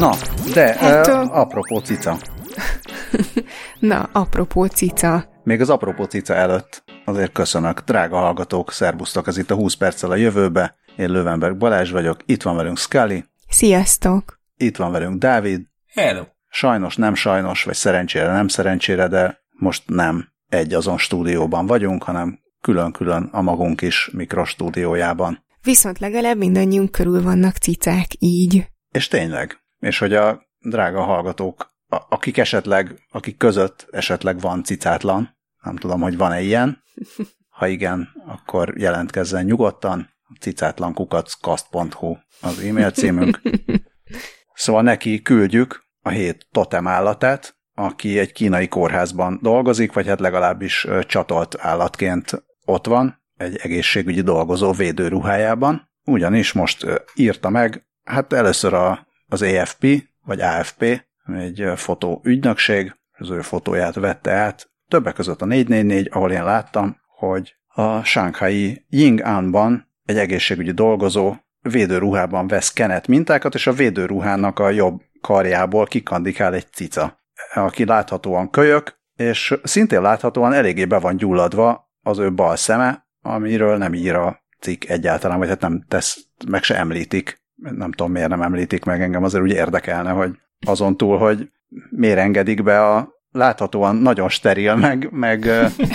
Na, de apropó cica. Na, apropó cica. Még az apropó cica előtt azért köszönök. Drága hallgatók, szerbusztok, ez itt a 20 perccel a jövőbe. Én Löwenberg Balázs vagyok, itt van velünk Scully. Sziasztok! Itt van velünk Dávid. Hello! Sajnos, nem sajnos, vagy szerencsére, nem szerencsére, de most nem egy azon stúdióban vagyunk, hanem külön-külön a magunk is mikrostúdiójában. Viszont legalább mindannyiunk körül vannak cicák, így. És tényleg. És hogy a drága hallgatók, akik között esetleg van cicátlan, nem tudom, hogy van-e ilyen, ha igen, akkor jelentkezzen nyugodtan, cicátlankukackkast.hu az e-mail címünk. Szóval neki küldjük a hét totem állatát, aki egy kínai kórházban dolgozik, vagy hát legalábbis csatolt állatként ott van, egy egészségügyi dolgozó védőruhájában. Ugyanis most írta meg, hát először az AFP, vagy AFP, egy fotóügynökség, az ő fotóját vette át, többek között a 444, ahol én láttam, hogy a shanghai Ying'anban egy egészségügyi dolgozó védőruhában vesz kenet mintákat, és a védőruhának a jobb karjából kikandikál egy cica, aki láthatóan kölyök, és szintén láthatóan eléggé be van gyulladva az ő bal szeme, amiről nem ír a cikk egyáltalán, vagy hát nem tesz, meg se említik. Nem tudom, miért nem említik meg, engem azért úgy érdekelne, hogy azon túl, hogy miért engedik be a láthatóan nagyon steril, meg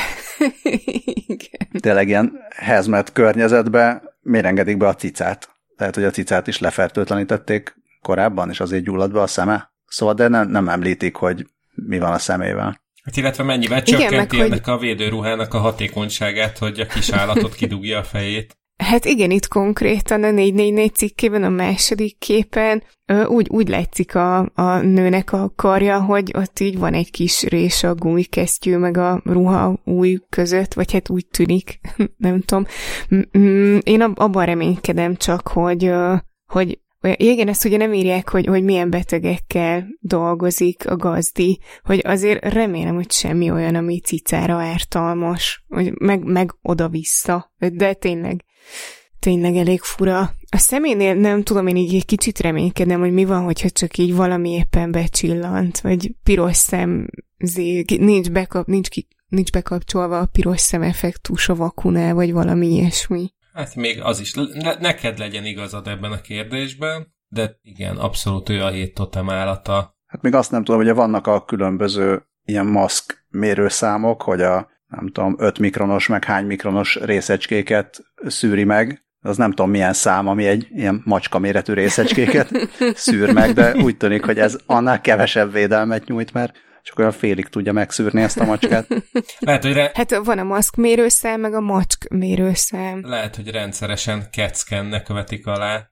tényleg ilyen hazmat környezetbe, miért engedik be a cicát. Lehet, hogy a cicát is lefertőtlenítették korábban, és azért gyullad be a szeme. Szóval, de nem említik, hogy mi van a szemével. Hát illetve mennyivel csökkenti ennek a védőruhának a hatékonyságát, hogy a kis állatot kidugja a fejét. Hát igen, itt konkrétan a 444 cikkében, a második képen úgy látszik a nőnek a karja, hogy ott így van egy kis rés a gumikesztyű meg a ruha új között, vagy hát úgy tűnik, nem tudom. Én abban reménykedem csak, hogy igen, ezt ugye nem írják, hogy milyen betegekkel dolgozik a gazdi, hogy azért remélem, hogy semmi olyan, ami cicára ártalmas, meg oda-vissza, de tényleg elég fura. A szeménél nem tudom, én így egy kicsit reménykedem, hogy mi van, hogyha csak így valami éppen becsillant, vagy piros szemzé, nincs bekapcsolva a piros szemeffektus a vakunál, vagy valami ilyesmi. Hát még az is, neked legyen igazad ebben a kérdésben, de igen, abszolút ő a hét totem állata. Hát még azt nem tudom, hogy vannak a különböző ilyen maszk mérőszámok, hogy nem tudom, 5 mikronos, meg hány mikronos részecskéket szűri meg. Az nem tudom milyen szám, ami egy ilyen macska méretű részecskéket szűr meg, de úgy tűnik, hogy ez annál kevesebb védelmet nyújt, mert csak olyan félig tudja megszűrni ezt a macskát. Lehet, hogy hát van a maszk mérőszám, meg a macsk mérőszám. Lehet, hogy rendszeresen CAT-scannek vetik alá.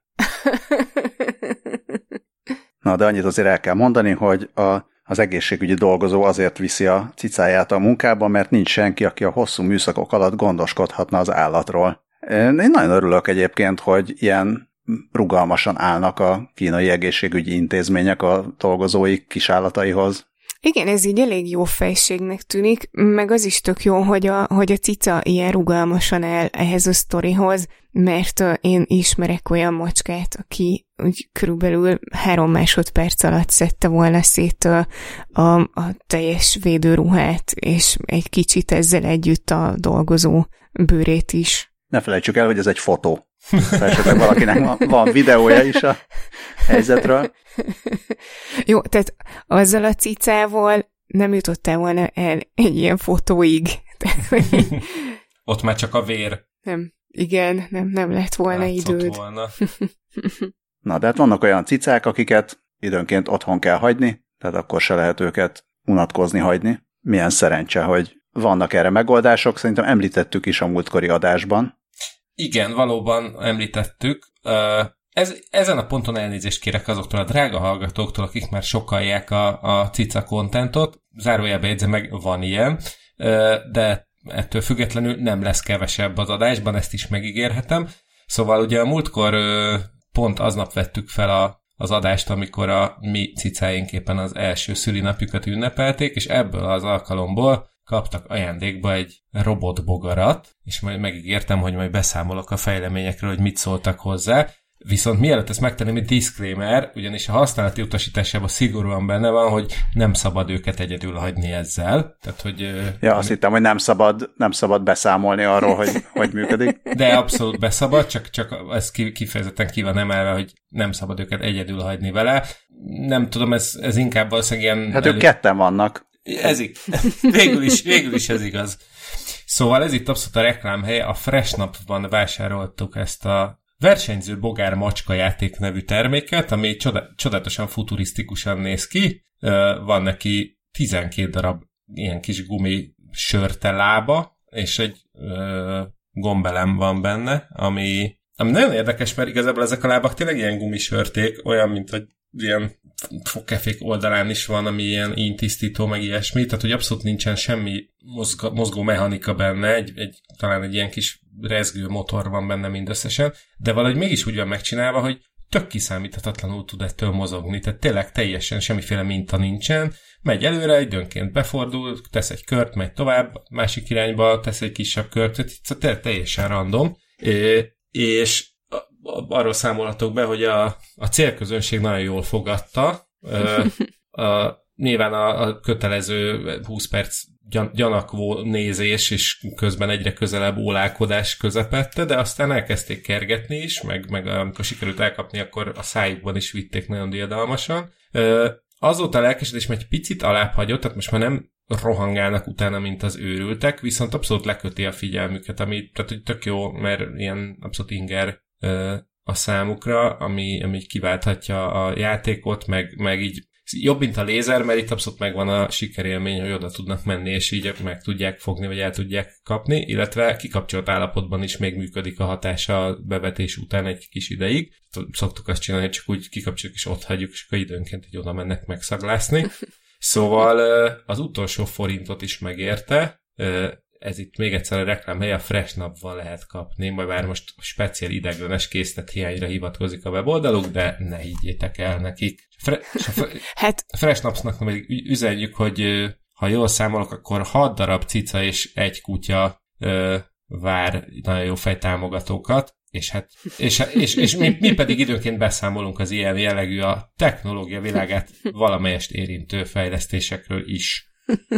Na, de annyit azért el kell mondani, hogy az egészségügyi dolgozó azért viszi a cicáját a munkába, mert nincs senki, aki a hosszú műszakok alatt gondoskodhatna az állatról. Én nagyon örülök egyébként, hogy ilyen rugalmasan állnak a kínai egészségügyi intézmények a dolgozóik kisállataihoz. Igen, ez így elég jó fejségnek tűnik, meg az is tök jó, hogy a cica ilyen rugalmasan áll ehhez a sztorihoz, mert én ismerek olyan macskát, aki úgy körülbelül 3 másodperc alatt szedte volna szét a teljes védőruhát, és egy kicsit ezzel együtt a dolgozó bőrét is. Ne felejtsük el, hogy ez egy fotó. Esetleg valakinek van videója is a helyzetről. Jó, tehát azzal a cicával nem jutottál volna el egy ilyen fotóig. Ott már csak a vér. Nem, igen, nem lett volna időd. Volna. Na, de hát vannak olyan cicák, akiket időnként otthon kell hagyni, tehát akkor se lehet őket unatkozni hagyni. Milyen szerencse, hogy vannak erre megoldások, szerintem említettük is a múltkori adásban. Igen, valóban említettük. Ezen a ponton elnézést kérek azoktól a drága hallgatóktól, akik már sokkalják a cica kontentot. Zárójelbe jegyzem meg, van ilyen, de ettől függetlenül nem lesz kevesebb az adásban, ezt is megígérhetem. Szóval ugye a múltkor pont aznap vettük fel az adást, amikor a mi cicáink éppen az első szülinapjukat ünnepelték, és ebből az alkalomból kaptak ajándékba egy robotbogarat, és majd megígértem, hogy majd beszámolok a fejleményekről, hogy mit szóltak hozzá. Viszont mielőtt ezt megtenném, egy disclaimer, ugyanis a használati utasításában szigorúan benne van, hogy nem szabad őket egyedül hagyni ezzel. Tehát, hogy, azt hittem, hogy nem szabad beszámolni arról, hogy működik. De abszolút beszabad, csak ez kifejezetten ki van emelve, hogy nem szabad őket egyedül hagyni vele. Nem tudom, ez inkább valószínűleg ilyen... Hát ők ketten vannak. Végül is ez igaz. Szóval ez itt abszolút a reklámhely, a Fresh Napban vásároltuk ezt a versenyző bogár macska játék nevű terméket, ami csodálatosan futurisztikusan néz ki. Van neki 12 darab ilyen kis gumi sörte lába, és egy gombelem van benne, ami nagyon érdekes, mert igazából ezek a lábak tényleg ilyen gumisörték, olyan, mint hogy ilyen fogkefék oldalán is van, ami ilyen ínytisztító, meg ilyesmi, tehát hogy abszolút nincsen semmi mozgó mechanika benne, talán egy ilyen kis rezgő motor van benne mindösszesen, de valahogy mégis úgy van megcsinálva, hogy tök kiszámíthatatlanul tud ettől mozogni, tehát tényleg teljesen semmiféle minta nincsen, megy előre, időnként befordul, tesz egy kört, megy tovább, másik irányba tesz egy kisebb kört, tehát teljesen random, és arról számolhatok be, hogy a célközönség nagyon jól fogadta. Nyilván a kötelező 20 perc gyanakvó nézés, és közben egyre közelebb ólálkodás közepette, de aztán elkezdték kergetni is, meg amikor sikerült elkapni, akkor a szájukban is vitték nagyon diadalmasan. Azóta a lelkesedés egy picit alább hagyott, tehát most már nem rohangálnak utána, mint az őrültek, viszont abszolút leköti a figyelmüket, tehát hogy tök jó, mert ilyen abszolút inger a számukra, ami kiválthatja a játékot, meg így jobb, mint a lézer, mert itt abszolút megvan a sikerélmény, hogy oda tudnak menni, és így meg tudják fogni, vagy el tudják kapni, illetve kikapcsolt állapotban is még működik a hatása a bevetés után egy kis ideig. Szoktuk azt csinálni, hogy csak úgy kikapcsoljuk, és ott hagyjuk, és akkor időnként így oda mennek megszaglászni. Szóval az utolsó forintot is megérte, ez itt még egyszer a reklámhely, a Fresh Napban lehet kapni, majd már most speciál ideiglenes készlet hiányra hivatkozik a weboldaluk, de ne higgyétek el nekik. Fresh Napsnak meg üzenjük, hogy ha jól számolok, akkor 6 darab cica és 1 kutya vár nagyon jó fejtámogatókat, és mi pedig időnként beszámolunk az ilyen jellegű a technológia világát valamelyest érintő fejlesztésekről is.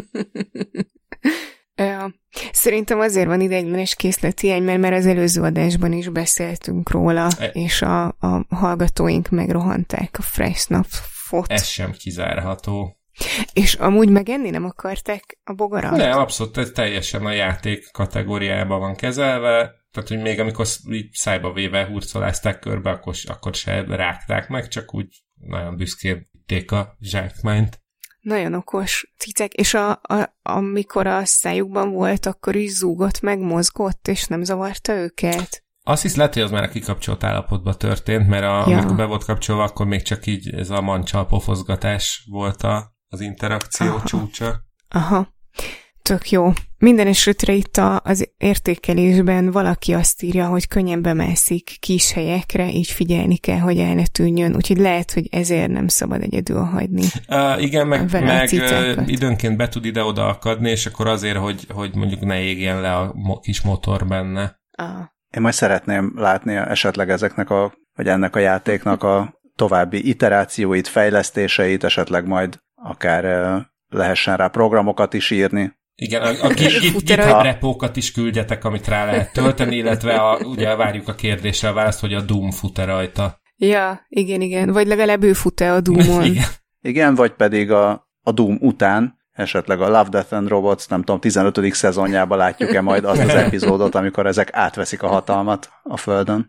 Szerintem azért van ideiglenes készlethiány, mert már az előző adásban is beszéltünk róla, és a hallgatóink megrohanták a Fresh Napot. Ez sem kizárható. És amúgy megenni nem akarták a bogarat? Nem, abszolút, ez teljesen a játék kategóriában van kezelve, tehát hogy még amikor így szájba véve hurcolázták körbe, akkor se rágták meg, csak úgy nagyon büszkén vitték a zsákmányt. Nagyon okos cicek, és amikor a szájukban volt, akkor is zúgott, meg mozgott, és nem zavarta őket? Azt hisz lehet, hogy az már a kikapcsolt állapotban történt, mert amikor be volt kapcsolva, akkor még csak így ez a mancsal pofozgatás volt az interakció csúcsa. Aha, tök jó. Minden esetre itt az értékelésben valaki azt írja, hogy könnyen bemászik kis helyekre, így figyelni kell, hogy el ne tűnjön, úgyhogy lehet, hogy ezért nem szabad egyedül hagyni. Igen, meg időnként be tud ide-oda akadni, és akkor azért, hogy mondjuk ne égjen le a kis motor benne. Én majd szeretném látni esetleg vagy ennek a játéknak a további iterációit, fejlesztéseit, esetleg majd akár lehessen rá programokat is írni. Igen, a GitHub repókat is küldjetek, amit rá lehet tölteni, illetve ugye várjuk a kérdésre a választ, hogy a Doom fut-e rajta. Ja, igen. Vagy legalább ő fut-e a Doomon. Igen, vagy pedig a Doom után esetleg a Love, Death and Robots, nem tudom, 15. szezonjában látjuk-e majd azt az epizódot, amikor ezek átveszik a hatalmat a Földön.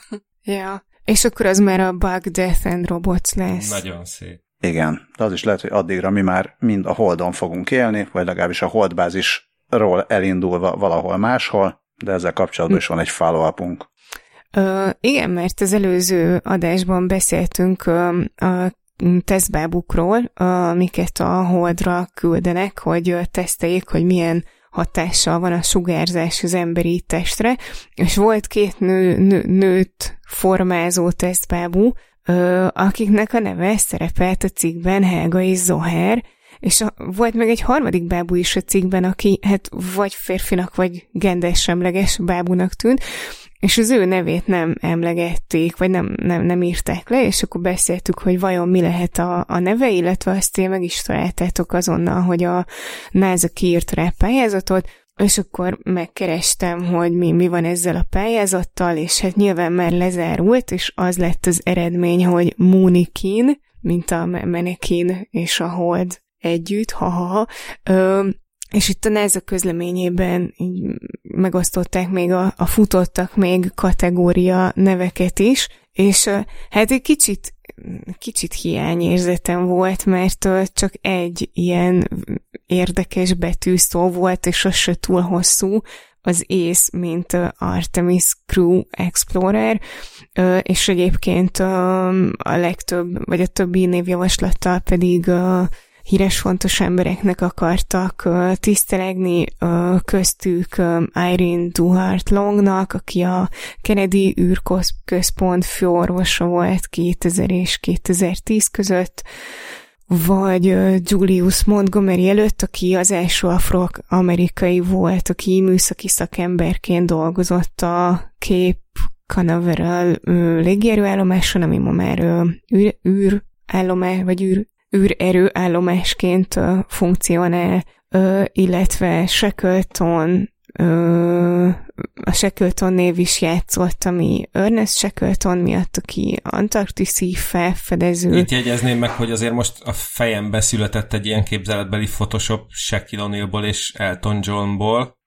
Ja, és akkor az már a Bug, Death and Robots lesz. Nagyon szép. Igen, de az is lehet, hogy addigra mi már mind a Holdon fogunk élni, vagy legalábbis a Holdbázisról elindulva valahol máshol, de ezzel kapcsolatban is van egy follow-upunk. Igen, mert az előző adásban beszéltünk a tesztbábukról, amiket a Holdra küldenek, hogy teszteljék, hogy milyen hatással van a sugárzás az emberi testre, és volt 2 nőt formázó tesztbábú, akiknek a neve szerepelt a cikkben, Helga és Zoher, és volt meg egy harmadik bábú is a cikkben, aki hát vagy férfinak, vagy gendersemleges bábúnak tűnt, és az ő nevét nem emlegették, vagy nem írták le, és akkor beszéltük, hogy vajon mi lehet a neve, illetve azt én meg is találtátok azonnal, hogy a NASA kiírt rá pályázatot, és akkor megkerestem, hogy mi van ezzel a pályázattal, és hát nyilván már lezárult, és az lett az eredmény, hogy Moonikin, mint a Manekin és a Hold együtt, és itt a NASA közleményében megosztották még a futottak még kategória neveket is, és hát egy kicsit hiányérzetem volt, mert csak egy ilyen érdekes betűszó volt, és az se túl hosszú, az ACE, mint Artemis Crew Explorer, és egyébként a legtöbb, vagy a többi névjavaslattal pedig híres fontos embereknek akartak tisztelegni, köztük Irene Duhart Longnak, aki a Kennedy űrközpont főorvosa volt 2000 és 2010 között, vagy Julius Montgomery előtt, aki az első afroamerikai volt, aki műszaki szakemberként dolgozott a Cape Canaveral légierőállomáson, ami ma már űrállomás, vagy űrerőállomásként funkcionál, illetve Shackleton, a Shackleton név is játszott, ami Ernest Shackleton miatt, aki antarktiszi felfedező. Itt jegyezném meg, hogy azért most a fejembe született egy ilyen képzeletbeli Photoshop Shaquille O'Nealból és Elton Johnból.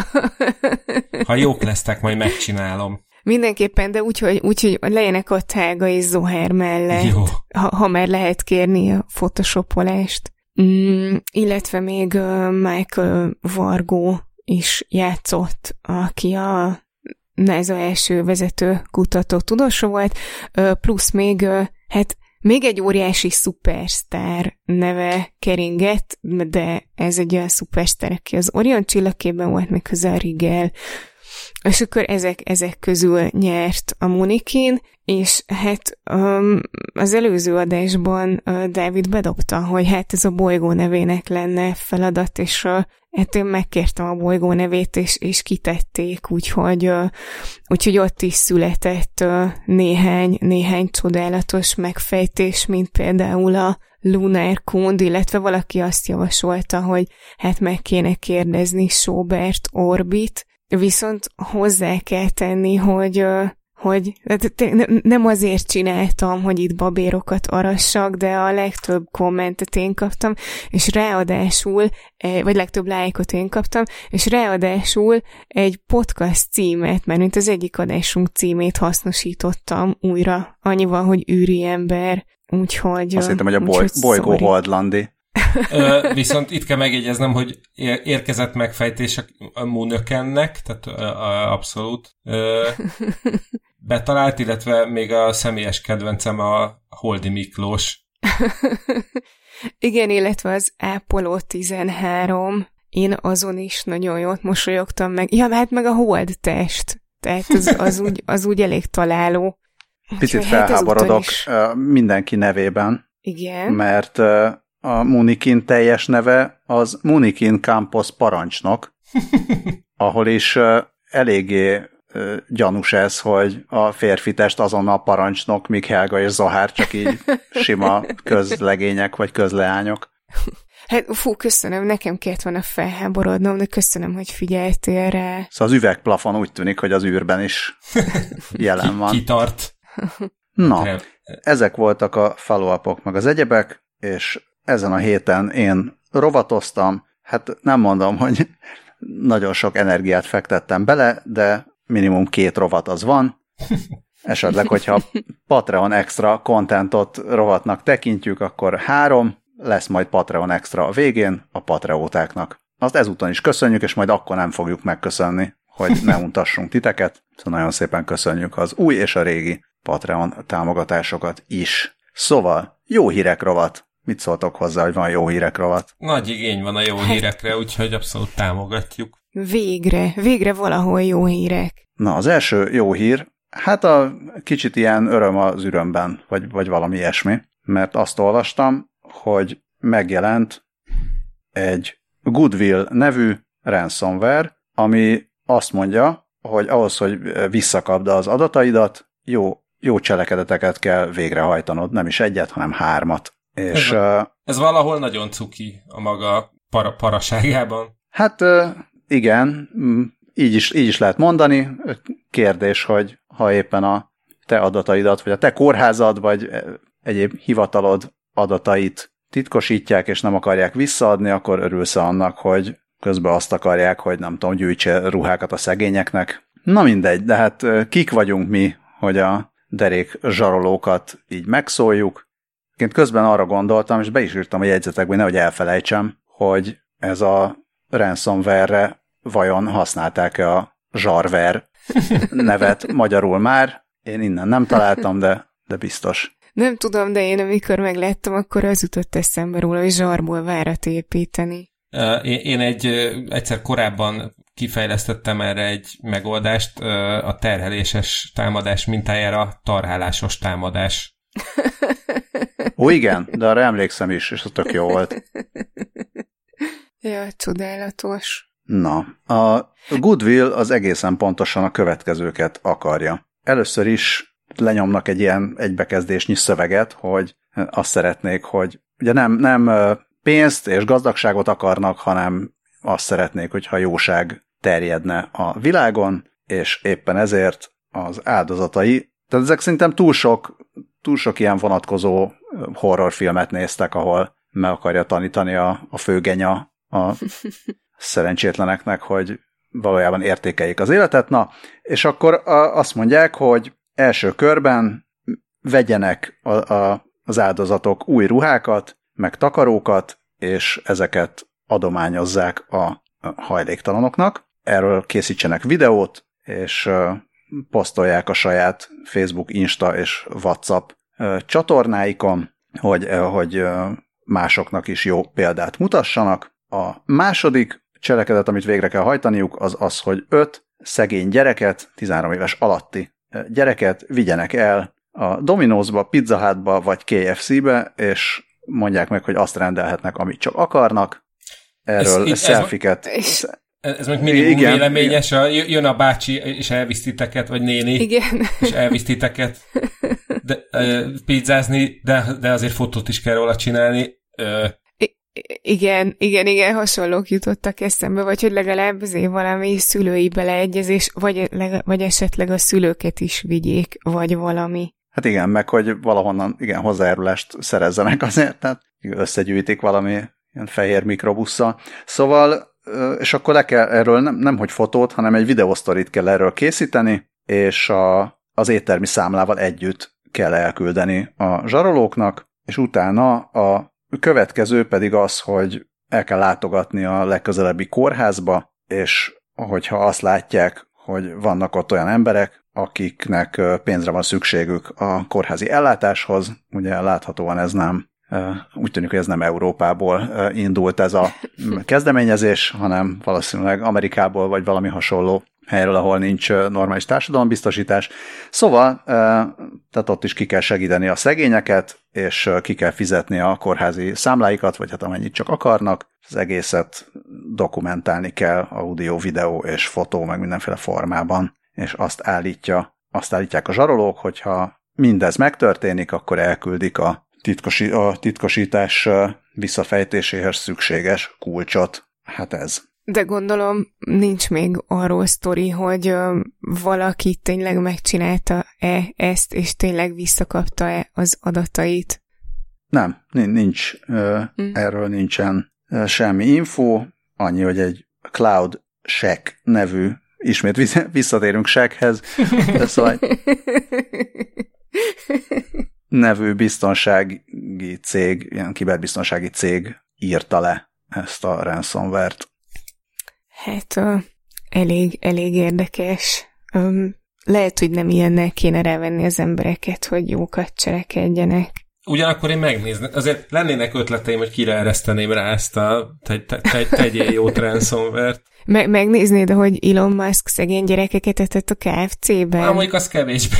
Ha jók lesztek, majd megcsinálom. Mindenképpen, de úgyhogy legyenek ott Helga és Zohar mellett, jó. Ha már lehet kérni a photoshopolást. Illetve még Michael Vargo is játszott, aki a NASA első vezető kutató tudósa volt, plusz még még egy óriási szupersztár neve keringett, de ez egy olyan szupersztár, aki az Orion csillagképben volt, még közel Rigel, és akkor ezek közül nyert a Moonikin, és hát az előző adásban Dávid bedobta, hogy hát ez a bolygó nevének lenne feladat, és hát én megkértem a bolygó nevét, és kitették, úgyhogy ott is született néhány csodálatos megfejtés, mint például a Lunar Kund, illetve valaki azt javasolta, hogy hát meg kéne kérdezni Schobert Orbit, viszont hozzá kell tenni, hogy nem azért csináltam, hogy itt babérokat arassak, de a legtöbb kommentet én kaptam, és ráadásul, vagy legtöbb lájkot én kaptam, és ráadásul egy podcast címet, mert mint az egyik adásunk címét hasznosítottam újra, annyival, hogy űri ember, úgyhogy... Azt hittem, hogy a bolygó holdlandi. Viszont itt kell megjegyeznem, hogy érkezett megfejtések a Moonökennek, tehát abszolút betalált, illetve még a személyes kedvencem a Holdi Miklós. Igen, illetve az Apollo 13. Én azon is nagyon jót mosolyogtam meg. Ja, hát meg a Hold test. Tehát az úgy elég találó. Picit felháborodok mindenki nevében. Igen. Mert a Moonikin teljes neve az Moonikin Campos parancsnok, ahol is eléggé gyanús ez, hogy a férfi test azonnal parancsnok, míg Helga és Zohar csak így sima közlegények vagy közleányok. Hát köszönöm, nekem kellett volna felháborodnom, de köszönöm, hogy figyeltél rá. Szóval az üvegplafon úgy tűnik, hogy az űrben is jelen van. Kitart. Na, ezek voltak a follow-upok meg az egyebek, és ezen a héten én rovatoztam, hát nem mondom, hogy nagyon sok energiát fektettem bele, de minimum 2 rovat az van. Esetleg, hogyha Patreon extra contentot rovatnak tekintjük, akkor 3, lesz majd Patreon extra a végén a patreótáknak. Azt ezúton is köszönjük, és majd akkor nem fogjuk megköszönni, hogy ne untassunk titeket. Szóval nagyon szépen köszönjük az új és a régi Patreon támogatásokat is. Szóval, jó hírek rovat. Mit szóltok hozzá, hogy van jó hírek rovat? Nagy igény van a jó hírekre, úgyhogy abszolút támogatjuk. Végre valahol jó hírek. Na, az első jó hír, hát a kicsit ilyen öröm az ürömben, vagy valami ilyesmi, mert azt olvastam, hogy megjelent egy Goodwill nevű ransomware, ami azt mondja, hogy ahhoz, hogy visszakapd az adataidat, jó cselekedeteket kell végrehajtanod, nem is egyet, hanem 3. És, ez valahol nagyon cuki a maga paraságában. Hát igen, így is lehet mondani. Kérdés, hogy ha éppen a te adataidat, vagy a te kórházad, vagy egyéb hivatalod adatait titkosítják, és nem akarják visszaadni, akkor örülsz annak, hogy közben azt akarják, hogy nem tudom, gyűjtse ruhákat a szegényeknek. Na mindegy, de hát kik vagyunk mi, hogy a derék zsarolókat így megszóljuk. Én közben arra gondoltam, és be is írtam a jegyzetekbe, nehogy elfelejtsem, hogy ez a ransomware-re vajon használták-e a zsarver nevet magyarul már. Én innen nem találtam, de biztos. Nem tudom, de én amikor megláttam, akkor az jutott eszembe róla, hogy zsarból várat építeni. Én egyszer korábban kifejlesztettem erre egy megoldást, a terheléses támadás mintájára tarhálásos támadás. Ó, igen, de arra emlékszem is, és az tök jó volt. Ja, csodálatos. Na, a Goodwill az egészen pontosan a következőket akarja. Először is lenyomnak egy ilyen egybekezdésnyi szöveget, hogy azt szeretnék, hogy ugye nem pénzt és gazdagságot akarnak, hanem azt szeretnék, hogyha jóság terjedne a világon, és éppen ezért az áldozatai, tehát ezek szerintem túl sok ilyen vonatkozó horrorfilmet néztek, ahol meg akarja tanítani a főgenya a szerencsétleneknek, hogy valójában értékeljék az életet. Na, és akkor azt mondják, hogy első körben vegyenek az áldozatok új ruhákat, meg takarókat, és ezeket adományozzák a hajléktalanoknak. Erről készítsenek videót, és posztolják a saját Facebook, Insta és WhatsApp csatornáikon, hogy másoknak is jó példát mutassanak. A második cselekedet, amit végre kell hajtaniuk, az, hogy 5 szegény gyereket, 13 éves alatti gyereket vigyenek el a Domino'sba, Pizza Hutba vagy KFC-be, és mondják meg, hogy azt rendelhetnek, amit csak akarnak. Erről selfieket. Ez meg minimum véleményes, jön a bácsi, és elvisz titeket, vagy néni, igen. És elvisz titeket pizzázni, de azért fotót is kell róla csinálni. Igen, hasonlók jutottak eszembe, vagy hogy legalább azért valami szülői beleegyezés, vagy esetleg a szülőket is vigyék, vagy valami. Hát igen, meg hogy valahonnan hozzájárulást szerezzenek azért, tehát összegyűjtik valami ilyen fehér mikrobusszal. Szóval, és akkor le kell erről nem hogy fotót, hanem egy videosztorit kell erről készíteni, és az éttermi számlával együtt kell elküldeni a zsarolóknak, és utána a következő pedig az, hogy el kell látogatni a legközelebbi kórházba, és hogyha azt látják, hogy vannak ott olyan emberek, akiknek pénzre van szükségük a kórházi ellátáshoz, ugye láthatóan ez nem, úgy tűnik, hogy ez nem Európából indult ez a kezdeményezés, hanem valószínűleg Amerikából, vagy valami hasonló helyről, ahol nincs normális társadalombiztosítás. Szóval, tehát ott is ki kell segíteni a szegényeket, és ki kell fizetni a kórházi számláikat, vagy hát amennyit csak akarnak. Az egészet dokumentálni kell audio, videó és fotó, meg mindenféle formában, és azt állítják a zsarolók, hogyha mindez megtörténik, akkor elküldik a titkosítás visszafejtéséhez szükséges kulcsot. Hát ez. De gondolom nincs még arról sztori, hogy valaki tényleg megcsinálta-e ezt, és tényleg visszakapta-e az adatait? Nem, nincs. Erről nincsen semmi info. Annyi, hogy egy Cloud Shack nevű, ismét visszatérünk Shackhez, szóval nevű biztonsági cég, ilyen kiberbiztonsági cég írta le ezt a ransomware-t. Hát elég érdekes. Lehet, hogy nem ilyennel kéne rávenni az embereket, hogy jókat cselekedjenek. Ugyanakkor én megnézném. Azért lennének ötleteim, hogy kire ereszteném rá ezt a tegyél jó ransomware-t. Megnéznéd, hogy Elon Musk szegény gyerekeket etett a KFC-ben? Mondjuk az kevésbé.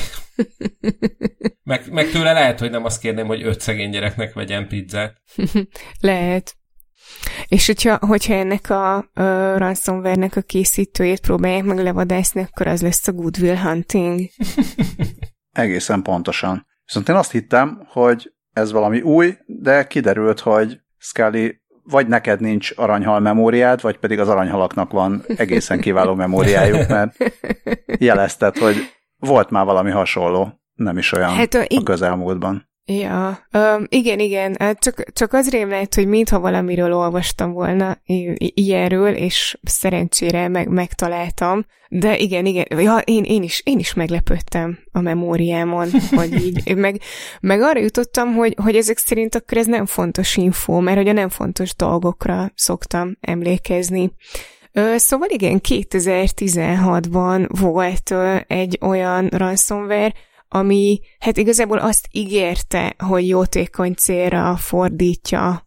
meg tőle lehet, hogy nem azt kérném, hogy 5 szegény gyereknek vegyen pizzát. Lehet. És hogyha ennek a ransomware-nek a készítőjét próbálják meg levadászni, akkor az lesz a Good Will Hunting. Egészen pontosan. Viszont én azt hittem, hogy ez valami új, de kiderült, hogy Scully, vagy neked nincs aranyhal memóriád, vagy pedig az aranyhalaknak van egészen kiváló memóriájuk, mert jelezted, hogy volt már valami hasonló, nem is olyan a közelmúltban. Ja, igen, csak az rém lehet, hogy mintha valamiről olvastam volna ilyenről, és szerencsére megtaláltam, de igen, ja, én is meglepődtem a memóriámon, hogy így, meg arra jutottam, hogy ezek szerint akkor ez nem fontos info, mert hogy a nem fontos dolgokra szoktam emlékezni. Szóval igen, 2016-ban volt egy olyan ransomware, ami hát igazából azt ígérte, hogy jótékony célra fordítja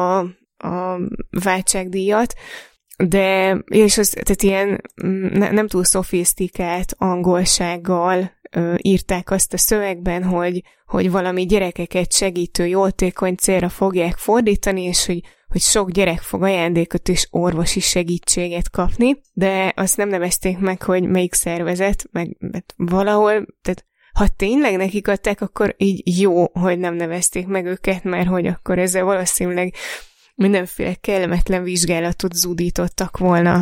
a váltságdíjat, de és az, tehát ilyen nem túl szofisztikált angolsággal írták azt a szövegben, hogy valami gyerekeket segítő jótékony célra fogják fordítani, és hogy sok gyerek fog ajándékot és orvosi segítséget kapni, de azt nem nevezték meg, hogy melyik szervezet, meg valahol, tehát ha tényleg nekik adták, akkor így jó, hogy nem nevezték meg őket, mert hogy akkor ezzel valószínűleg mindenféle kellemetlen vizsgálatot zúdítottak volna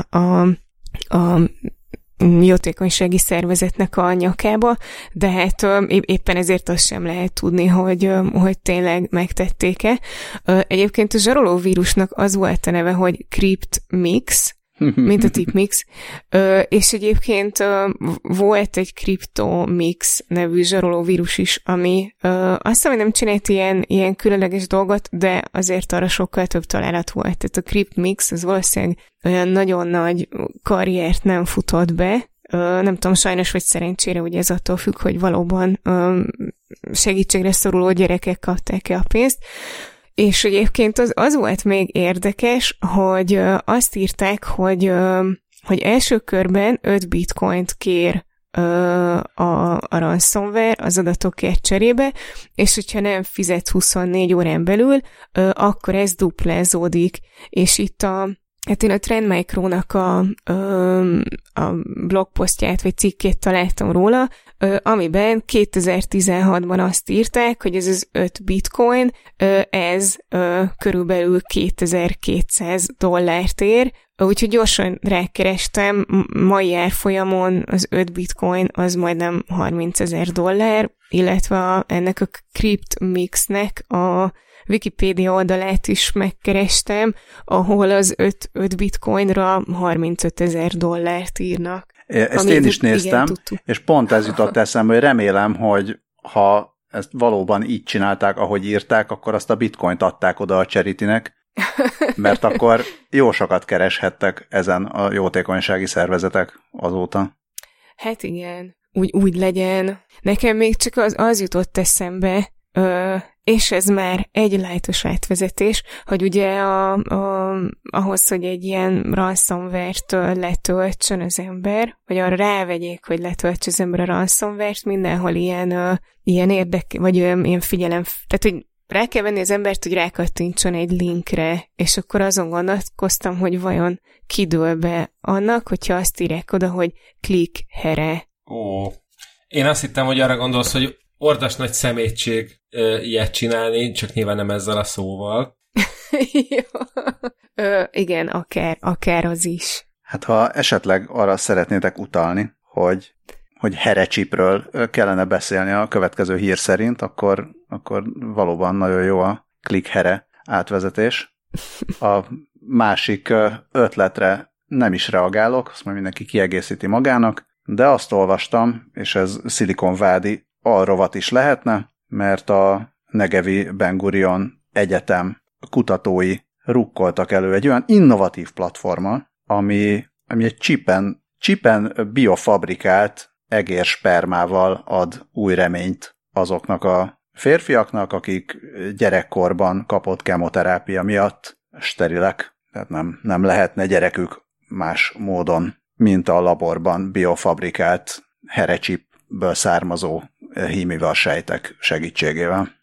a jótékonysági szervezetnek a nyakába, de hát éppen ezért azt sem lehet tudni, hogy tényleg megtették-e. Egyébként a zsaroló vírusnak az volt a neve, hogy CryptMix, mint a TipMix, és egyébként volt egy CryptoMix nevű zsarolóvírus is, ami azt hiszem, hogy nem csinált ilyen különleges dolgot, de azért arra sokkal több találat volt. Tehát a CryptMix az valószínűleg olyan nagyon nagy karriert nem futott be, nem tudom, sajnos vagy szerencsére, ugye ez attól függ, hogy valóban segítségre szoruló gyerekek kapták-e a pénzt. És egyébként az volt még érdekes, hogy azt írták, hogy első körben 5 bitcoint kér a ransomware az adatokért cserébe, és hogyha nem fizet 24 órán belül, akkor ez duplázódik. És itt én a Trend Micro-nak a blogposztját vagy cikkét találtam róla, amiben 2016-ban azt írták, hogy ez az 5 bitcoin, ez körülbelül $2200 ér, úgyhogy gyorsan rákerestem, mai árfolyamon az 5 bitcoin az majdnem $30,000, illetve ennek a CryptMixnek a Wikipédia oldalát is megkerestem, ahol az 5 bitcoinra $35,000 írnak. Ezt én is néztem, és pont ez jutott eszembe, hogy remélem, hogy ha ezt valóban így csinálták, ahogy írták, akkor azt a bitcoint adták oda a charitynek, mert akkor jó sokat kereshettek ezen a jótékonysági szervezetek azóta. Hát igen, úgy legyen. Nekem még csak az jutott eszembe, és ez már egy lightos átvezetés, hogy ugye ahhoz, hogy egy ilyen ransomware-t letöltsön az ember, vagy arra rávegyék, hogy letölts az ember a ransomware-t, mindenhol ilyen érdekes, vagy ilyen figyelem, tehát hogy rá kell venni az embert, hogy rákattintson egy linkre, és akkor azon gondolkoztam, hogy vajon kidől be annak, hogyha azt írják oda, hogy click here. Ó, én azt hittem, hogy arra gondolsz, hogy ordas nagy szemétség ilyet csinálni, csak nyilván nem ezzel a szóval. Igen, akár az is. Hát ha esetleg arra szeretnétek utalni, hogy herecsipről kellene beszélni a következő hír szerint, akkor valóban nagyon jó a click here átvezetés. A másik ötletre nem is reagálok, azt majd mindenki kiegészíti magának, de azt olvastam, és ez szilikonvádi alrovat is lehetne, mert a Negevi Ben Gurion Egyetem kutatói rukkoltak elő egy olyan innovatív platformmal, ami egy csipen biofabrikált egérspermával ad új reményt azoknak a férfiaknak, akik gyerekkorban kapott kemoterápia miatt sterilek, tehát nem lehetne gyerekük más módon, mint a laborban biofabrikált herecsipből származó hímival sejtek segítségével.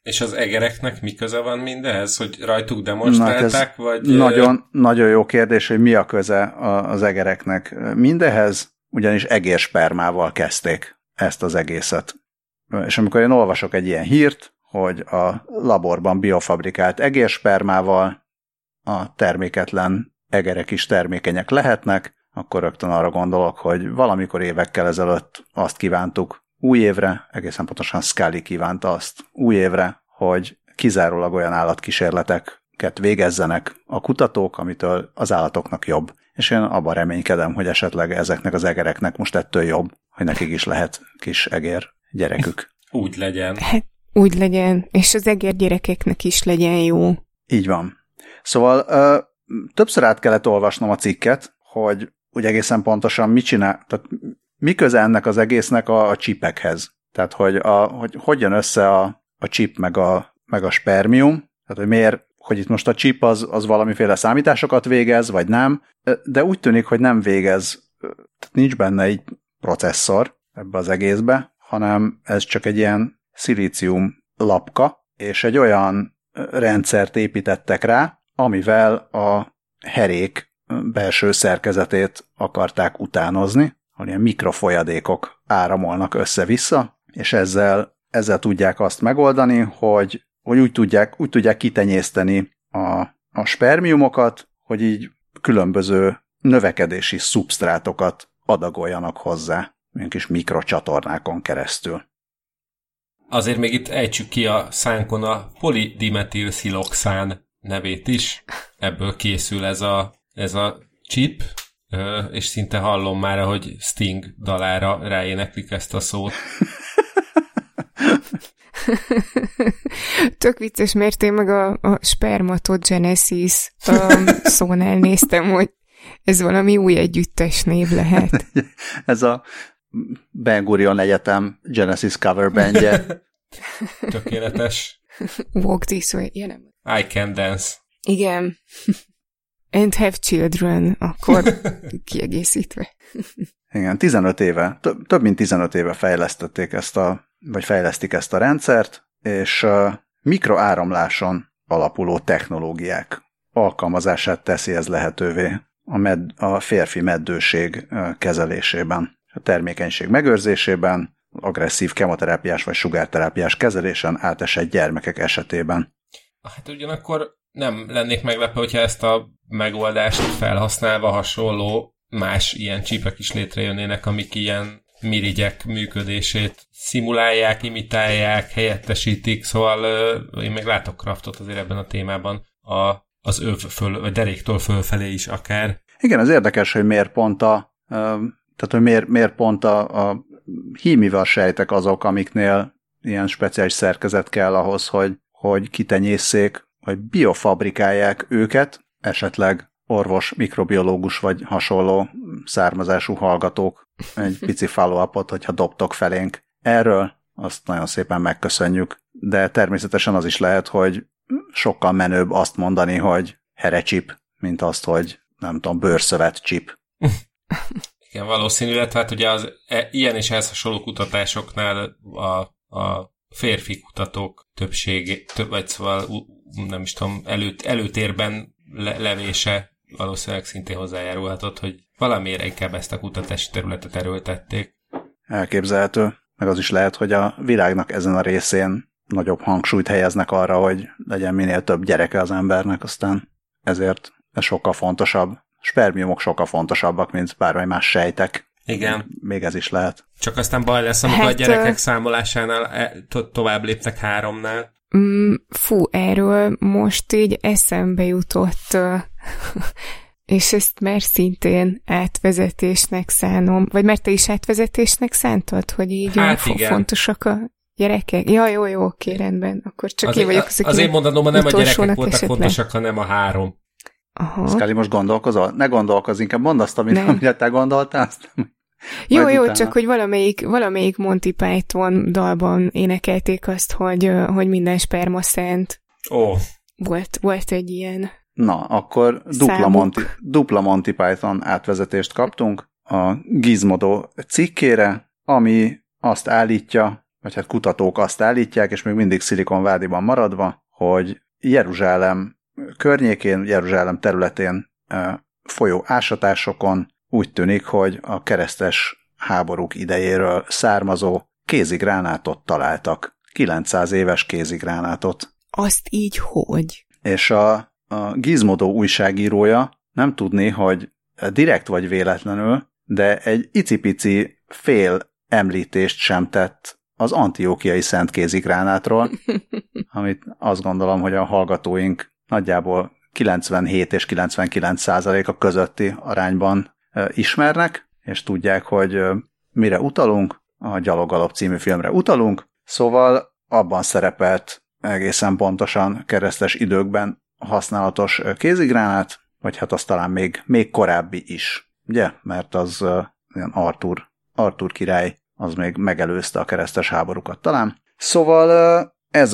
És az egereknek mi köze van mindehez, hogy rajtuk demonstrálták, vagy... Nagyon, nagyon jó kérdés, hogy mi a köze az egereknek mindehez, ugyanis egérspermával kezdték ezt az egészet. És amikor én olvasok egy ilyen hírt, hogy a laborban biofabrikált egérspermával a terméketlen egerek is termékenyek lehetnek, akkor rögtön arra gondolok, hogy valamikor évekkel ezelőtt azt kívántuk új évre, egészen pontosan Scully kívánta azt új évre, hogy kizárólag olyan állatkísérleteket végezzenek a kutatók, amitől az állatoknak jobb. És én abban reménykedem, hogy esetleg ezeknek az egereknek most ettől jobb, hogy nekik is lehet kis egér gyerekük. Úgy legyen. Hát, úgy legyen, és az egér gyerekeknek is legyen jó. Így van. Szóval többször át kellett olvasnom a cikket, hogy úgy egészen pontosan mit csinál, tehát mi köze ennek az egésznek a csipekhez. Tehát, hogy jön össze a csip meg a spermium, tehát, hogy miért, hogy itt most a csip az valamiféle számításokat végez, vagy nem, de úgy tűnik, hogy nem végez, tehát nincs benne egy processzor ebbe az egészbe, hanem ez csak egy ilyen szilícium lapka, és egy olyan rendszert építettek rá, amivel a herék belső szerkezetét akarták utánozni, ahol ilyen mikrofolyadékok áramolnak össze-vissza, és ezzel tudják azt megoldani, hogy úgy tudják kitenyészteni a spermiumokat, hogy így különböző növekedési szubsztrátokat adagoljanak hozzá, milyen kis mikrocsatornákon keresztül. Azért még itt ejtsük ki a szánkon a polidimetilsziloxán nevét is. Ebből készül ez a chip, és szinte hallom már, hogy Sting dalára ráéneklik ezt a szót. Tök vicces, mert én meg a spermatogenesis szónál néztem, hogy ez valami új együttes név lehet. Ez a Ben Gurion Egyetem Genesis cover bandje. Tökéletes. Walk this way. Ja, nem. I can dance. Igen. And have children, akkor kiegészítve. Igen, 15 éve, több mint 15 éve fejlesztették fejlesztik ezt a rendszert, és mikroáramláson alapuló technológiák alkalmazását teszi ez lehetővé a férfi meddőség kezelésében, a termékenység megőrzésében, agresszív kemoterápiás vagy sugárterápiás kezelésen átesett gyermekek esetében. Hát ugyanakkor nem lennék meglepve, hogyha ezt a megoldást felhasználva hasonló más ilyen csípek is létrejönnének, amik ilyen mirigyek működését szimulálják, imitálják, helyettesítik, szóval én még látok craftot azért ebben a témában az vagy deréktől fölfelé is akár. Igen, az érdekes, hogy miért pont a hímival sejtek azok, amiknél ilyen speciális szerkezet kell ahhoz, hogy kitenyészszék, vagy biofabrikálják őket, esetleg orvos, mikrobiológus vagy hasonló származású hallgatók egy pici follow-upot, hogyha dobtok felénk erről, azt nagyon szépen megköszönjük. De természetesen az is lehet, hogy sokkal menőbb azt mondani, hogy herecsip, mint azt, hogy nem tudom, bőrszövetcsip. Igen, valószínű, illetve hát ugye az ilyen és ehhez hasonló kutatásoknál a férfi kutatók többsége, vagy szóval nem is tudom, előtérben levése valószínűleg szintén hozzájárulhatott, hogy valamiért inkább ezt a kutatási területet erőltették. Elképzelhető. Meg az is lehet, hogy a világnak ezen a részén nagyobb hangsúlyt helyeznek arra, hogy legyen minél több gyereke az embernek, aztán ezért ez sokkal fontosabb. Spermiumok sokkal fontosabbak, mint bármely más sejtek. Igen. Még ez is lehet. Csak aztán baj lesz, amikor a gyerekek számolásánál tovább léptek 3-nál. Fú, erről most így eszembe jutott, és ezt már szintén átvezetésnek szánom, vagy mert te is átvezetésnek szántad, hogy így fontosak a gyerekek? Ja, jó, oké, rendben. Akkor csak én vagyok az én mondanom, nem a gyerekek voltak fontosak, hanem a 3. Aha. Szkáli, most gondolkozol? Ne gondolkozz, inkább mondd azt, amire te gondoltál. Jó, csak hogy valamelyik Monty Python dalban énekelték azt, hogy minden sperma szent. Volt egy ilyen. Na, akkor dupla Monty Python átvezetést kaptunk a Gizmodo cikkére, ami azt állítja, vagy hát kutatók azt állítják, és még mindig Silicon Valley-ban maradva, hogy Jeruzsálem környékén, Jeruzsálem területén folyó ásatásokon úgy tűnik, hogy a keresztes háborúk idejéről származó kézigránátot találtak. 900 éves kézigránátot. Azt így hogy? És a Gizmodo újságírója nem tudni, hogy direkt vagy véletlenül, de egy icipici fél említést sem tett az antiókiai szent kézigránátról, amit azt gondolom, hogy a hallgatóink nagyjából 97 és 99% közötti arányban ismernek, és tudják, hogy mire utalunk, a Gyalogalop című filmre utalunk, szóval abban szerepelt egészen pontosan keresztes időkben használatos kézigránát, vagy hát az talán még korábbi is, ugye? Mert az Arthur király az még megelőzte a keresztes háborúkat talán. Szóval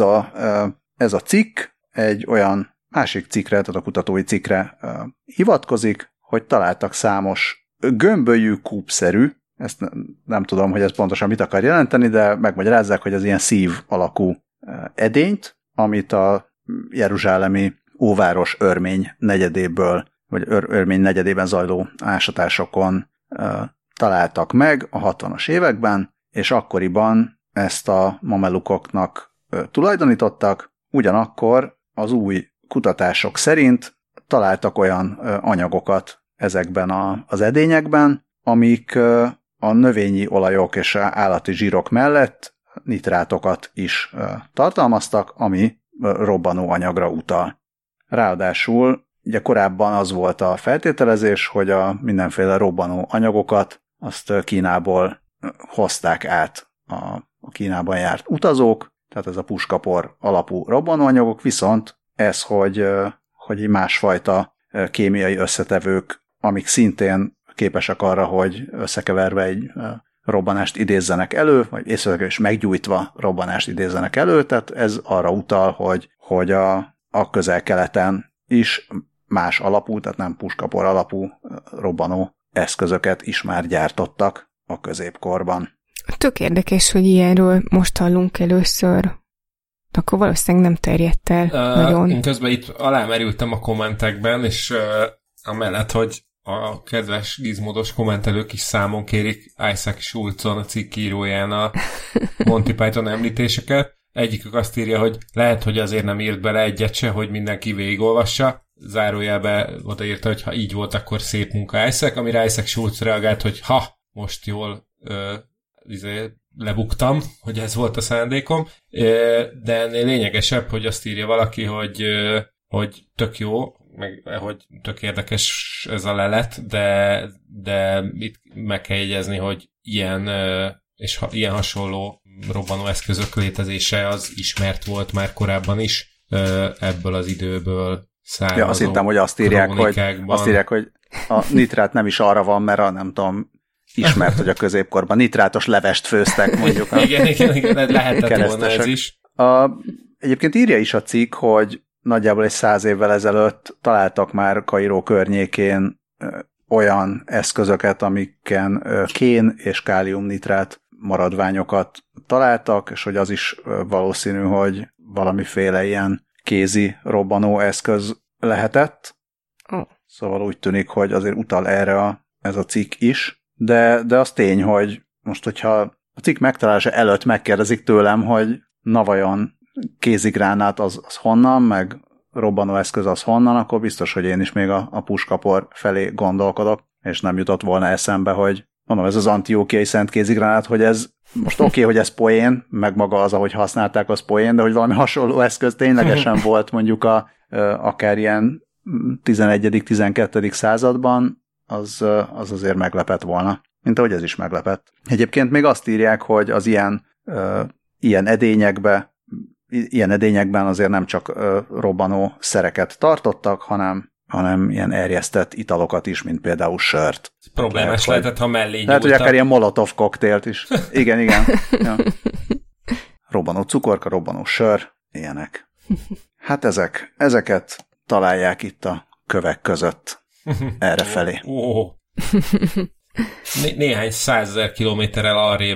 ez a cikk egy olyan másik cikkre, tehát a kutatói cikkre hivatkozik, hogy találtak számos gömbölyű, kúpszerű, ezt nem tudom, hogy ez pontosan mit akar jelenteni, de megmagyarázzák, hogy ez ilyen szív alakú edényt, amit a jeruzsálemi óváros Örmény negyedéből, vagy Örmény negyedében zajló ásatásokon találtak meg a 60-as években, és akkoriban ezt a mamelukoknak tulajdonítottak, ugyanakkor az új kutatások szerint találtak olyan anyagokat ezekben az edényekben, amik a növényi olajok és állati zsírok mellett nitrátokat is tartalmaztak, ami robbanó anyagra utal. Ráadásul ugye korábban az volt a feltételezés, hogy a mindenféle robbanó anyagokat azt Kínából hozták át a Kínában járt utazók, tehát ez a puskapor alapú robbanóanyagok, viszont ez, hogy másfajta kémiai összetevők, amik szintén képesek arra, hogy összekeverve egy robbanást idézzenek elő, vagy észrevétlenül is meggyújtva robbanást idézzenek elő, tehát ez arra utal, hogy a Közel-Keleten is más alapú, tehát nem puskapor alapú robbanó eszközöket is már gyártottak a középkorban. Tök érdekes, hogy ilyenről most hallunk először. Akkor valószínűleg nem terjedt el nagyon. Én közben itt alámerültem a kommentekben, és amellett, hogy a kedves gizmodos kommentelők is számon kérik Isaac Schulzon, a cikk íróján a Monty Python említéseket. Egyikük azt írja, hogy lehet, hogy azért nem írt bele egyet se, hogy mindenki végigolvassa. Zárójelbe odaírta, hogy ha így volt, akkor szép munka Isaac, amire Isaac Schulz reagált, hogy most jól lebuktam, hogy ez volt a szándékom, de ennél lényegesebb, hogy azt írja valaki, hogy tök jó, meg hogy tök érdekes ez a lelet, de itt meg kell jegyezni, hogy ilyen és ilyen hasonló robbanó eszközök létezése az ismert volt már korábban is, ebből az időből származó. Ja, azt hittem, hogy azt írják, hogy a nitrát nem is arra van, mert nem tudom, ismert, hogy a középkorban nitrátos levest főztek, mondjuk. Igen, lehetett volna ez is. Egyébként írja is a cikk, hogy nagyjából egy 100 évvel ezelőtt találtak már Kairó környékén olyan eszközöket, amiken kén és káliumnitrát maradványokat találtak, és hogy az is valószínű, hogy valamiféle ilyen kézi robbanó eszköz lehetett. Szóval úgy tűnik, hogy azért utal erre ez a cikk is, de az tény, hogy most, hogyha a cikk megtalálása előtt megkérdezik tőlem, hogy na vajon kézigránát az honnan, meg robbanóeszköz az honnan, akkor biztos, hogy én is még a puskapor felé gondolkodok, és nem jutott volna eszembe, hogy mondom, ez az antiókiai szent kézigránát, hogy ez most oké, hogy ez poén, meg maga az, ahogy használták, az poén, de hogy valami hasonló eszköz ténylegesen volt mondjuk akár ilyen 11.-12. században, az azért meglepett volna. Mint ahogy ez is meglepett. Egyébként még azt írják, hogy az ilyen edényekben azért nem csak robbanó szereket tartottak, hanem ilyen erjesztett italokat is, mint például sört. Problémás lehetett, ha mellé nyúltak. Lehet, hogy akár ilyen molotov koktélt is. Igen. Ja. Robbanó cukorka, robbanó sör, ilyenek. Hát ezeket találják itt a kövek között errefelé. Néhány 100 000 kilométerrel arrébb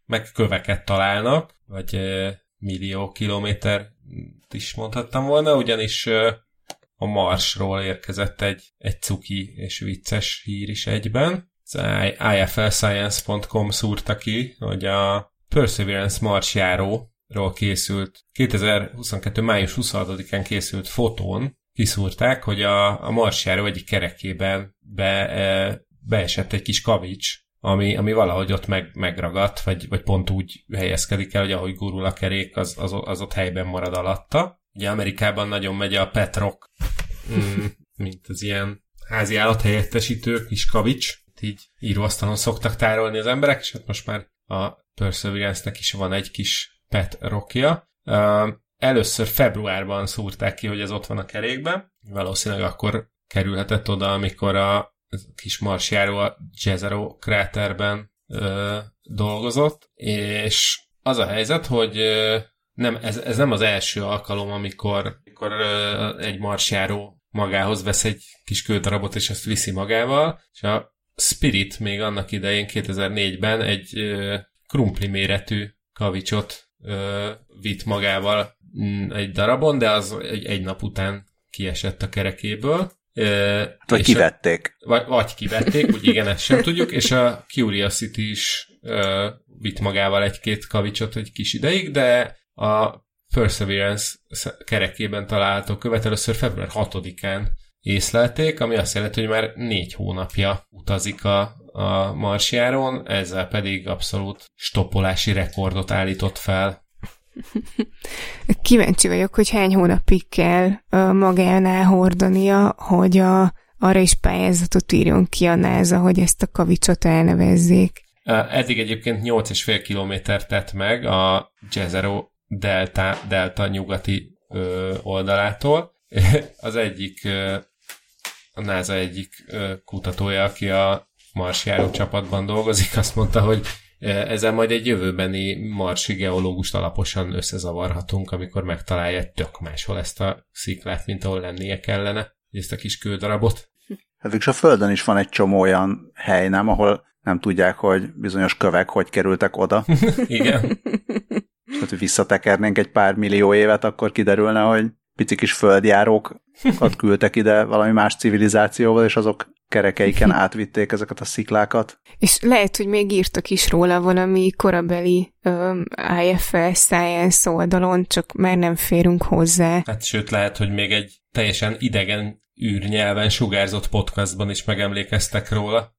meg köveket találnak, vagy millió kilométer is mondhattam volna, ugyanis a Marsról érkezett egy cuki és vicces hír is egyben. Az iflscience.com szúrta ki, hogy a Perseverance marsjáróról készült, 2022. május 26-án készült fotón kiszúrták, hogy a marsjáró egyik kerekében beesett egy kis kavics, ami valahogy ott megragadt, vagy pont úgy helyezkedik el, hogy ahogy gurul a kerék, az ott helyben marad alatta. Ugye Amerikában nagyon megy a pet rock, mint az ilyen házi állathelyettesítő kis kavics, így íróasztalon szoktak tárolni az emberek, és hát most már a Perseverance-nek is van egy kis pet rockja. Először februárban szúrták ki, hogy ez ott van a kerékben. Valószínűleg akkor kerülhetett oda, amikor a kis marsjáró a Jezero kráterben dolgozott, és az a helyzet, hogy ez nem az első alkalom, amikor egy marsjáró magához vesz egy kis kődarabot, és ezt viszi magával, és a Spirit még annak idején 2004-ben egy krumpli méretű kavicsot vitt magával egy darabon, de az egy nap után kiesett a kerekéből. Vagy kivették. Vagy kivették, úgy igen, ezt sem tudjuk, és a Curiosity is vitt magával egy-két kavicsot egy kis ideig, de a Perseverance kerekében található követ először február 6-án észlelték, ami azt jelenti, hogy már 4 hónapja utazik a marsjáron, ezzel pedig abszolút stoppolási rekordot állított fel. Kíváncsi vagyok, hogy hány hónapig kell magánál hordania, hogy arra is pályázatot írjon ki a NASA, hogy ezt a kavicsot elnevezzék. Eddig egyébként 8,5 kilométer tett meg a Jezero delta nyugati oldalától. Az egyik, a NASA egyik kutatója, aki a marsjáró csapatban dolgozik, azt mondta, hogy ezzel majd egy jövőbeni marsi geológust alaposan összezavarhatunk, amikor megtalálja tök máshol ezt a sziklát, mint ahol lennie kellene, ezt a kis kődarabot. Hát a Földön is van egy csomó olyan hely, nem, ahol nem tudják, hogy bizonyos kövek hogy kerültek oda. Igen. Hát, hogy visszatekernénk egy pár millió évet, akkor kiderülne, hogy pici kis földjárókat küldtek ide valami más civilizációval, és azok kerekeiken átvitték ezeket a sziklákat. És lehet, hogy még írtak is róla valami korabeli IFL Science oldalon, csak már nem férünk hozzá. Hát sőt, lehet, hogy még egy teljesen idegen űrnyelven sugárzott podcastban is megemlékeztek róla.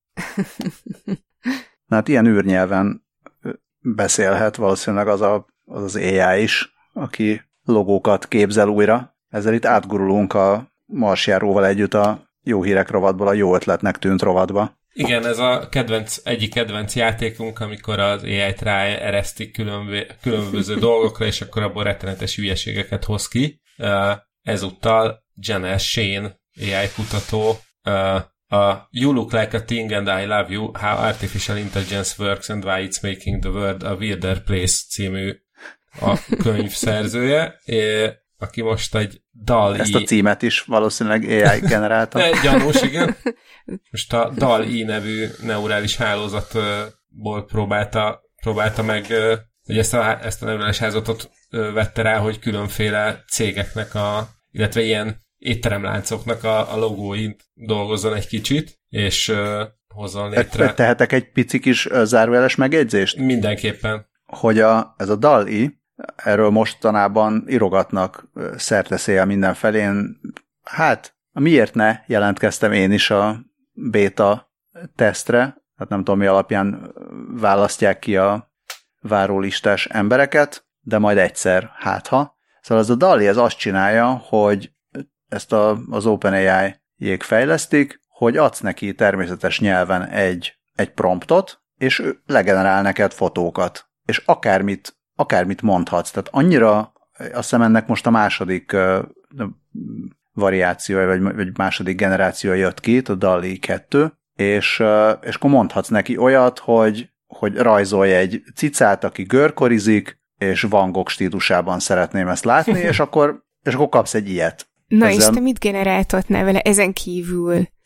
Na hát ilyen űrnyelven beszélhet valószínűleg az AI is, aki logókat képzel újra. Ezzel itt átgurulunk a marsjáróval együtt a jó hírek rovatból a jó ötletnek tűnt rovatba. Igen, ez a egyik kedvenc játékunk, amikor az AI-t ráeresztik különböző dolgokra, és akkor abból rettenetes hülyeségeket hoz ki. Ezúttal Janelle Shane AI kutató a You Look Like a Thing and I Love You, How Artificial Intelligence Works and Why It's Making the World a Weirder Place című a könyv szerzője, aki most egy DALL-E... Ezt a címet is valószínűleg AI generálta. Gyanús, igen. Most a DALL-E nevű neurális hálózatból próbálta meg, hogy ezt a neurális hálózatot vette rá, hogy különféle cégeknek, illetve ilyen étteremláncoknak a logóint dolgozzon egy kicsit, és hozzon létre. Tehetek egy pici kis zárójeles megjegyzést? Mindenképpen. Hogy ez a DALL-E, erről mostanában írogatnak szerteszél mindenfelén. Hát, miért ne jelentkeztem én is a beta tesztre, hát nem tudom mi alapján választják ki a várólistás embereket, de majd egyszer, hátha. Szóval ez a DALL-E ez azt csinálja, hogy ezt az OpenAI-jék fejlesztik, hogy adsz neki természetes nyelven egy promptot, és ő legenerál neked fotókat. És akármit mondhatsz. Tehát annyira, azt hiszem ennek most a második variációja, vagy második generációja jött ki, a DALL-E 2, és akkor mondhatsz neki olyat, hogy rajzolj egy cicát, aki görkorizik, és Van Gogh stílusában szeretném ezt látni, és akkor kapsz egy ilyet. Na és te mit generáltatnál vele ezen kívül?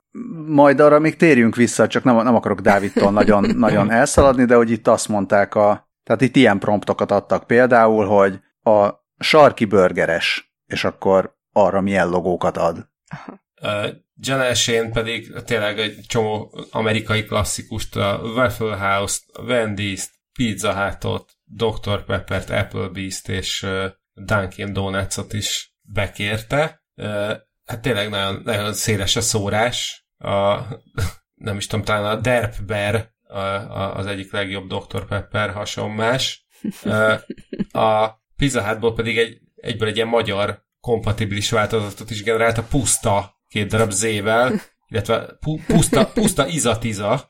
majd arra még térjünk vissza, csak nem akarok Dávidtól nagyon elszaladni, de hogy itt azt mondták, tehát itt ilyen promptokat adtak például, hogy a sarki burgeres, és akkor arra milyen logókat ad. Janelle Shane pedig tényleg egy csomó amerikai klasszikust, a Waffle House-t, a Wendy's-t, Pizza Hut-ot, Dr. Peppert, Applebee's-t és Dunkin' Donuts-ot is bekérte. Hát tényleg nagyon, nagyon széles a szórás. Nem is tudom, talán a Derp Bear az egyik legjobb Dr. Pepper hasonmás. A Pizza Hutból pedig egyből egy ilyen magyar kompatibilis változatot is generált, a Puszta 2 darab Z-vel, illetve Puszta Izatiza,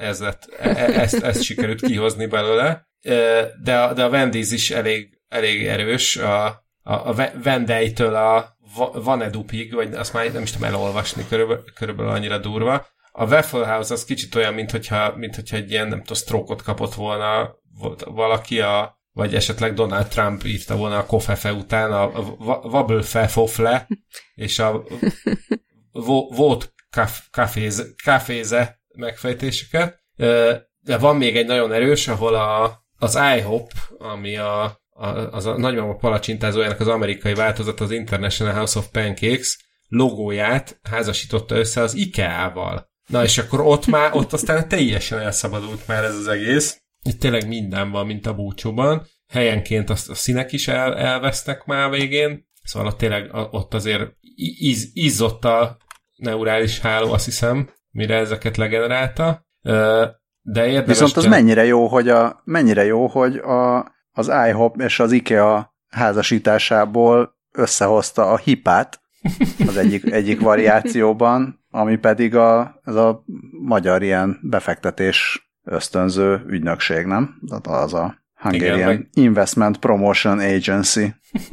ezt sikerült kihozni belőle, de a Wendy's is elég erős, a Vendejtől a Vanedupig, vagy azt már nem is tudom elolvasni, körülbelül annyira durva. A Waffle House az kicsit olyan, mintha egy ilyen, nem tudom, stroke-ot kapott volna valaki, vagy esetleg Donald Trump írta volna a Kofefe után a Wabblefefofle, és a Vót Caféze megfejtéseket. De van még egy nagyon erős, ahol az IHOP, ami az a nagymama palacsintázójának az amerikai változat, az International House of Pancakes logóját házasította össze az IKEA-val. Na és akkor ott aztán teljesen elszabadult már ez az egész. Itt tényleg minden van, mint a búcsúban. Helyenként a színek is elvesznek már a végén. Szóval ott tényleg ott azért izzott a neurális háló, azt hiszem, mire ezeket legenerálta. De érdemes... Viszont az mennyire jó, hogy az IHOP és az IKEA házasításából összehozta a hipát az egyik variációban, ami pedig ez a magyar ilyen befektetés ösztönző ügynökség, nem? Az a Hungarian Investment Promotion Agency.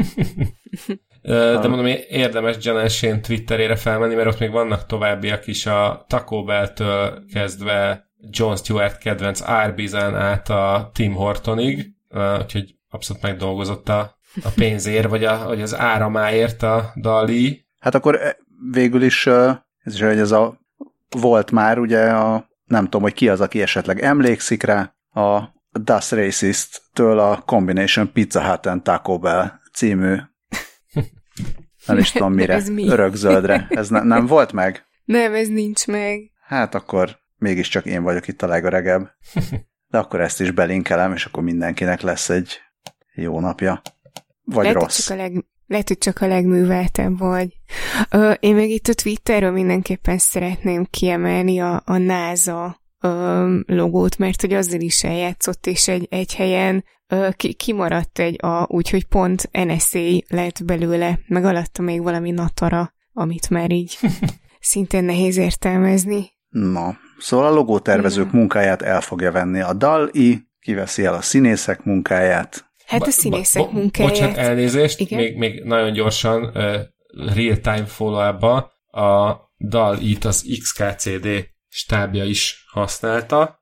De mondom, érdemes Janelle Shane Twitterére felmenni, mert ott még vannak továbbiak is, a Taco Bell-től kezdve Jon Stewart kedvenc Arby's-en át a Tim Hortonig, úgyhogy abszolút megdolgozott a pénzért, vagy az áramáért a Dali. Hát akkor végül is ez volt már ugye nem tudom, hogy ki az, aki esetleg emlékszik rá, a Das Racist-től a Combination Pizza Hut and Taco Bell című nem is tudom mire, örökzöldre. Ez nem volt meg? Nem, ez nincs meg. Hát akkor mégiscsak én vagyok itt a legöregebb. De akkor ezt is belinkelem, és akkor mindenkinek lesz egy jó napja. Vagy lehet, rossz. Lehet, hogy csak a legműveltebb vagy. Én meg itt a Twitterről mindenképpen szeretném kiemelni a NASA logót, mert hogy azzal is eljátszott, és egy helyen kimaradt úgyhogy pont NSA lett belőle, meg alatta még valami Natara, amit már így szintén nehéz értelmezni. Na, szóval a logótervezők munkáját el fogja venni a DALL-I, kiveszi el a színészek munkáját. Hát a színészek munkáját. Bocsánat, elnézést, még nagyon gyorsan real-time follow-up-ba a DALL-I-t az XKCD stábja is használta,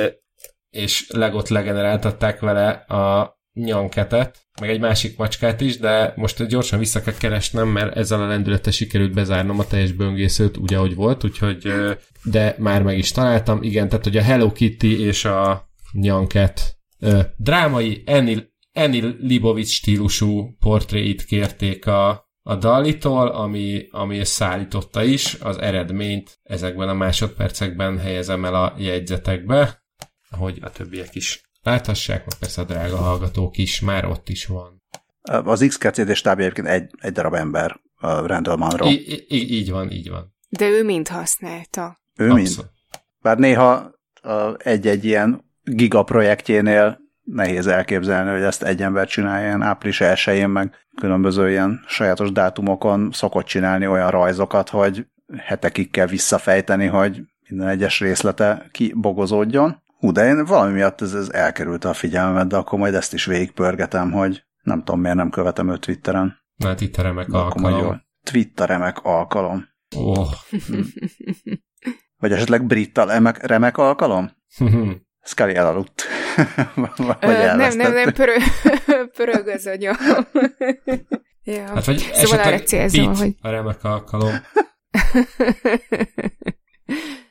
és Legot legeneráltatták vele a Nyanketet, meg egy másik macskát is, de most gyorsan vissza kell keresnem, mert ezzel a lendülettel sikerült bezárnom a teljes böngészőt, úgy, ahogy volt, úgyhogy, de már meg is találtam. Igen, tehát, hogy a Hello Kitty és a Nyanket drámai Annie Leibovitz stílusú portréit kérték a DALL-I-tól, ami ezt szállította is, az eredményt ezekben a másodpercekben helyezem el a jegyzetekbe, ahogy a többiek is láthassák, meg persze a drága hallgatók is, már ott is van. Az XKCD stábja egyébként egy darab ember, a Randall Munro. Így van. De ő mind használta. Ő mind? Bár néha egy ilyen gigaprojektjénél nehéz elképzelni, hogy ezt egy ember csinálja, ilyen április 1-én, meg különböző ilyen sajátos dátumokon szokott csinálni olyan rajzokat, hogy hetekig kell visszafejteni, hogy minden egyes részlete kibogozódjon. De én valami miatt ez elkerült a figyelmemet, de akkor majd ezt is végigpörgetem, hogy nem tudom, miért nem követem őt Twitteren. Na, itt a remek alkalom. Twitter remek alkalom. Oh. Vagy esetleg brit remek alkalom? Scully elaludt. Nem, pörög az agyam. Ja. Hát vagy szóval arra célzom, hogy... a remek alkalom.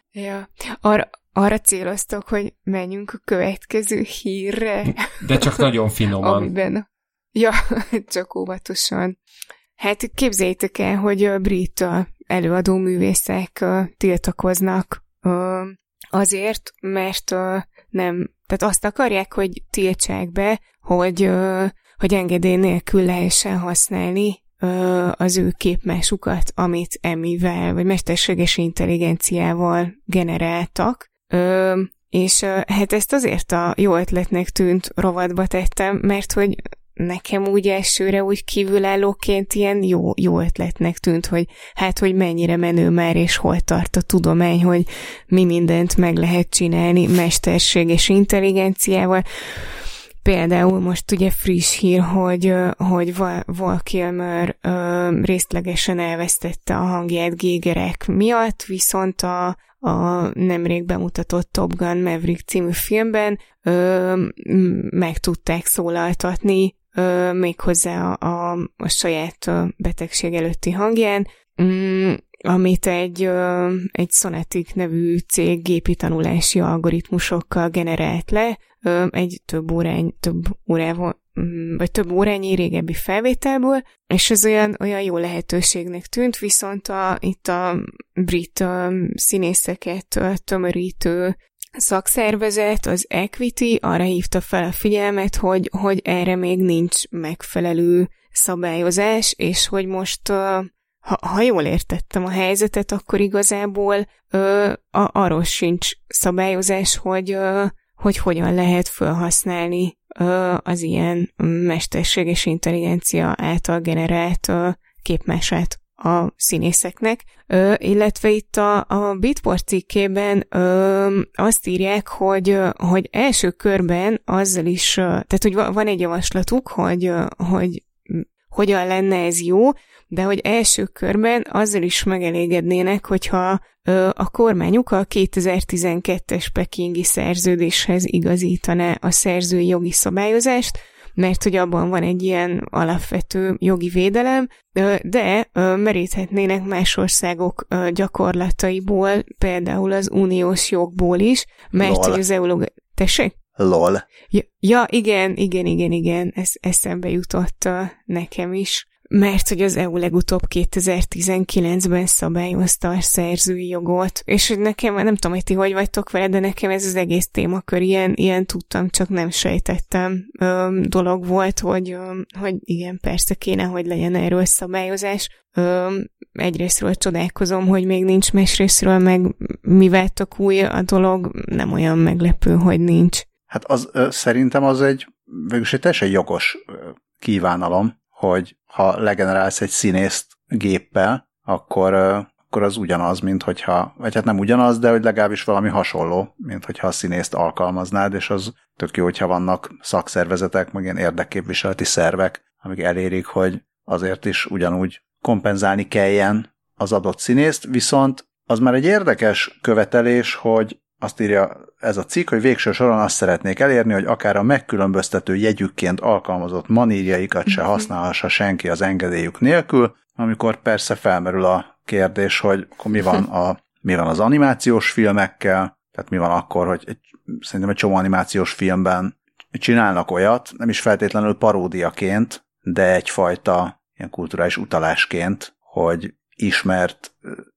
Ja, arra céloztok, hogy menjünk a következő hírre. De csak nagyon finoman. Amiben... Ja, csak óvatosan. Hát képzeljétek el, hogy a brit előadó művészek tiltakoznak azért, mert nem, tehát azt akarják, hogy tiltsák be, hogy engedély nélkül lehessen használni az ő képmásukat, amit Emmy-vel, vagy mesterséges intelligenciával generáltak. És hát ezt azért a jó ötletnek tűnt rovatba tettem, mert hogy nekem úgy elsőre úgy kívülállóként ilyen jó ötletnek tűnt, hogy hát, hogy mennyire menő már, és hol tart a tudomány, hogy mi mindent meg lehet csinálni mesterséges intelligenciával. Például most ugye friss hír, hogy Val Kilmer részlegesen elvesztette a hangját gégerek miatt, viszont a nemrég bemutatott Top Gun Maverick című filmben meg tudták szólaltatni méghozzá a saját betegség előtti hangján, amit egy Sonetic nevű cég gépi tanulási algoritmusokkal generált le, egy több órányi régebbi felvételből, és ez olyan jó lehetőségnek tűnt, viszont itt a brit színészeket tömörítő szakszervezet, az Equity arra hívta fel a figyelmet, hogy erre még nincs megfelelő szabályozás, és hogy most, ha jól értettem a helyzetet, akkor igazából arról sincs szabályozás, hogy hogyan lehet felhasználni az ilyen mesterséges intelligencia által generált képmását a színészeknek, illetve itt a Beatport cikkében azt írják, hogy első körben azzal is, tehát hogy van egy javaslatuk, hogy hogyan lenne ez jó, de hogy első körben azzal is megelégednének, hogyha a kormányuk a 2012-es pekingi szerződéshez igazítaná a szerzői jogi szabályozást, mert hogy abban van egy ilyen alapvető jogi védelem, de meríthetnének más országok gyakorlataiból, például az uniós jogból is, mert hogy az Tessék? LOL. Ja, igen, ez eszembe jutott nekem is. Mert hogy az EU legutóbb 2019-ben szabályozta a szerzői jogot, és hogy nekem, nem tudom, hogy ti hogy vagytok vele, de nekem ez az egész témakör ilyen tudtam, csak nem sejtettem dolog volt, hogy igen, persze kéne, hogy legyen erről szabályozás. Egyrésztről csodálkozom, hogy még nincs, másrésztről meg mivel tök új a dolog, nem olyan meglepő, hogy nincs. Hát szerintem az végülis egy teljesen jogos kívánalom, hogy ha legenerálsz egy színészt géppel, akkor az ugyanaz, mint hogyha, vagy hát nem ugyanaz, de hogy legalábbis valami hasonló, mint hogyha a színészt alkalmaznád, és az tök jó, hogyha vannak szakszervezetek, meg ilyen érdekképviseleti szervek, amik elérik, hogy azért is ugyanúgy kompenzálni kelljen az adott színészt, viszont az már egy érdekes követelés, hogy azt írja ez a cikk, hogy végső soron azt szeretnék elérni, hogy akár a megkülönböztető jegyükként alkalmazott manírjaikat se használhassa senki az engedélyük nélkül, amikor persze felmerül a kérdés, hogy akkor mi van az animációs filmekkel, tehát mi van akkor, hogy szerintem egy csomó animációs filmben csinálnak olyat, nem is feltétlenül paródiaként, de egyfajta ilyen kulturális utalásként, hogy ismert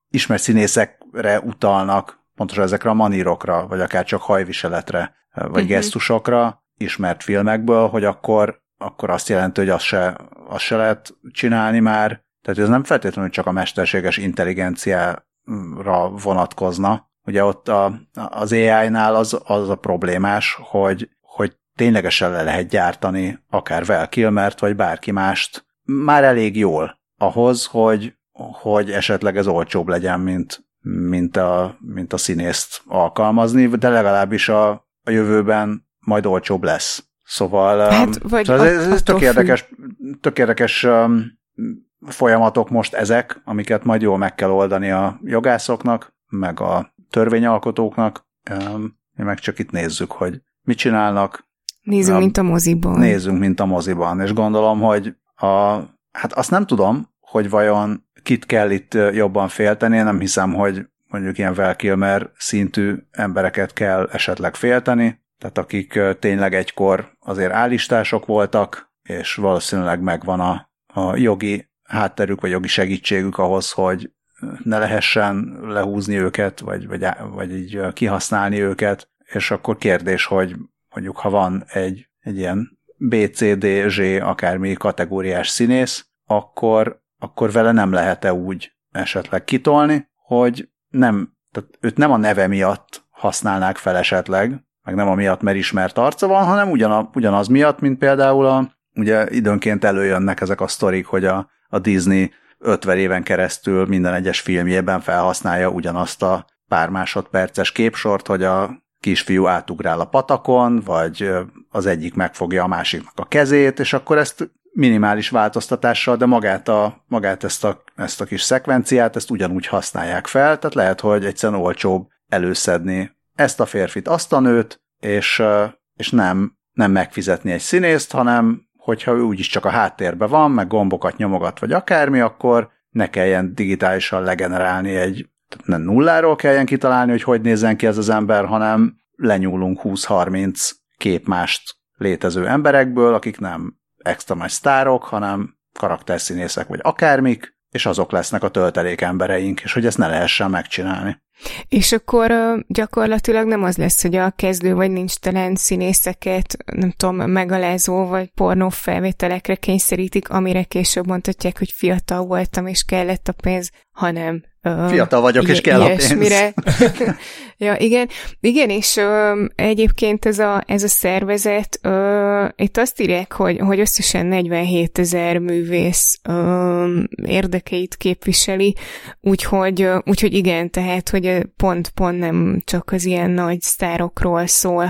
színészekre utalnak, pontosan ezekre a manírokra, vagy akár csak hajviseletre, vagy gesztusokra ismert filmekből, hogy akkor azt jelenti, hogy azt se lehet csinálni már. Tehát ez nem feltétlenül csak a mesterséges intelligenciára vonatkozna. Ugye ott az AI-nál az a problémás, hogy ténylegesen le lehet gyártani akár Val Kilmert, vagy bárki mást már elég jól ahhoz, hogy esetleg ez olcsóbb legyen, mint a színészt alkalmazni, de legalábbis a jövőben majd olcsóbb lesz. Szóval ez tök érdekes folyamatok most ezek, amiket majd jól meg kell oldani a jogászoknak, meg a törvényalkotóknak. Mi meg csak itt nézzük, hogy mit csinálnak. Nézzünk, mint a moziban. És gondolom, hogy hát azt nem tudom, hogy vajon kit kell itt jobban félteni. Én nem hiszem, hogy mondjuk ilyen Val Kilmer szintű embereket kell esetleg félteni, tehát akik tényleg egykor azért állistások voltak, és valószínűleg megvan a jogi hátterük, vagy jogi segítségük ahhoz, hogy ne lehessen lehúzni őket, vagy így kihasználni őket, és akkor kérdés, hogy mondjuk ha van egy ilyen BCD-Z akármi kategóriás színész, akkor vele nem lehet-e úgy esetleg kitolni, hogy tehát őt nem a neve miatt használnák fel esetleg, meg nem amiatt, mert ismert arca van, hanem ugyanaz miatt, mint például ugye időnként előjönnek ezek a sztorik, hogy a Disney 50 éven keresztül minden egyes filmjében felhasználja ugyanazt a pár másodperces képsort, hogy a kisfiú átugrál a patakon, vagy az egyik megfogja a másiknak a kezét, és akkor ezt minimális változtatással, de magát ezt a kis szekvenciát, ezt ugyanúgy használják fel, tehát lehet, hogy egyszerűen olcsóbb előszedni ezt a férfit, azt a nőt, és nem megfizetni egy színészt, hanem hogyha ő úgyis csak a háttérben van, meg gombokat nyomogat, vagy akármi, akkor ne kelljen digitálisan legenerálni tehát nem nulláról kelljen kitalálni, hogy nézzen ki ez az ember, hanem lenyúlunk 20-30 képmást létező emberekből, akik nem extra nagy sztárok, hanem karakterszínészek vagy akármik, és azok lesznek a töltelék embereink, és hogy ezt ne lehessen megcsinálni. És akkor gyakorlatilag nem az lesz, hogy a kezdő vagy nincs talán színészeket, nem tudom, megalázó vagy pornó felvételekre kényszerítik, amire később mondhatják, hogy fiatal voltam és kellett a pénz, hanem fiatal vagyok, és kell a pénz. Ja, igen, és egyébként ez a szervezet, itt azt írják, hogy összesen 47 000 művész érdekeit képviseli, úgyhogy igen, tehát, hogy pont nem csak az ilyen nagy sztárokról szól,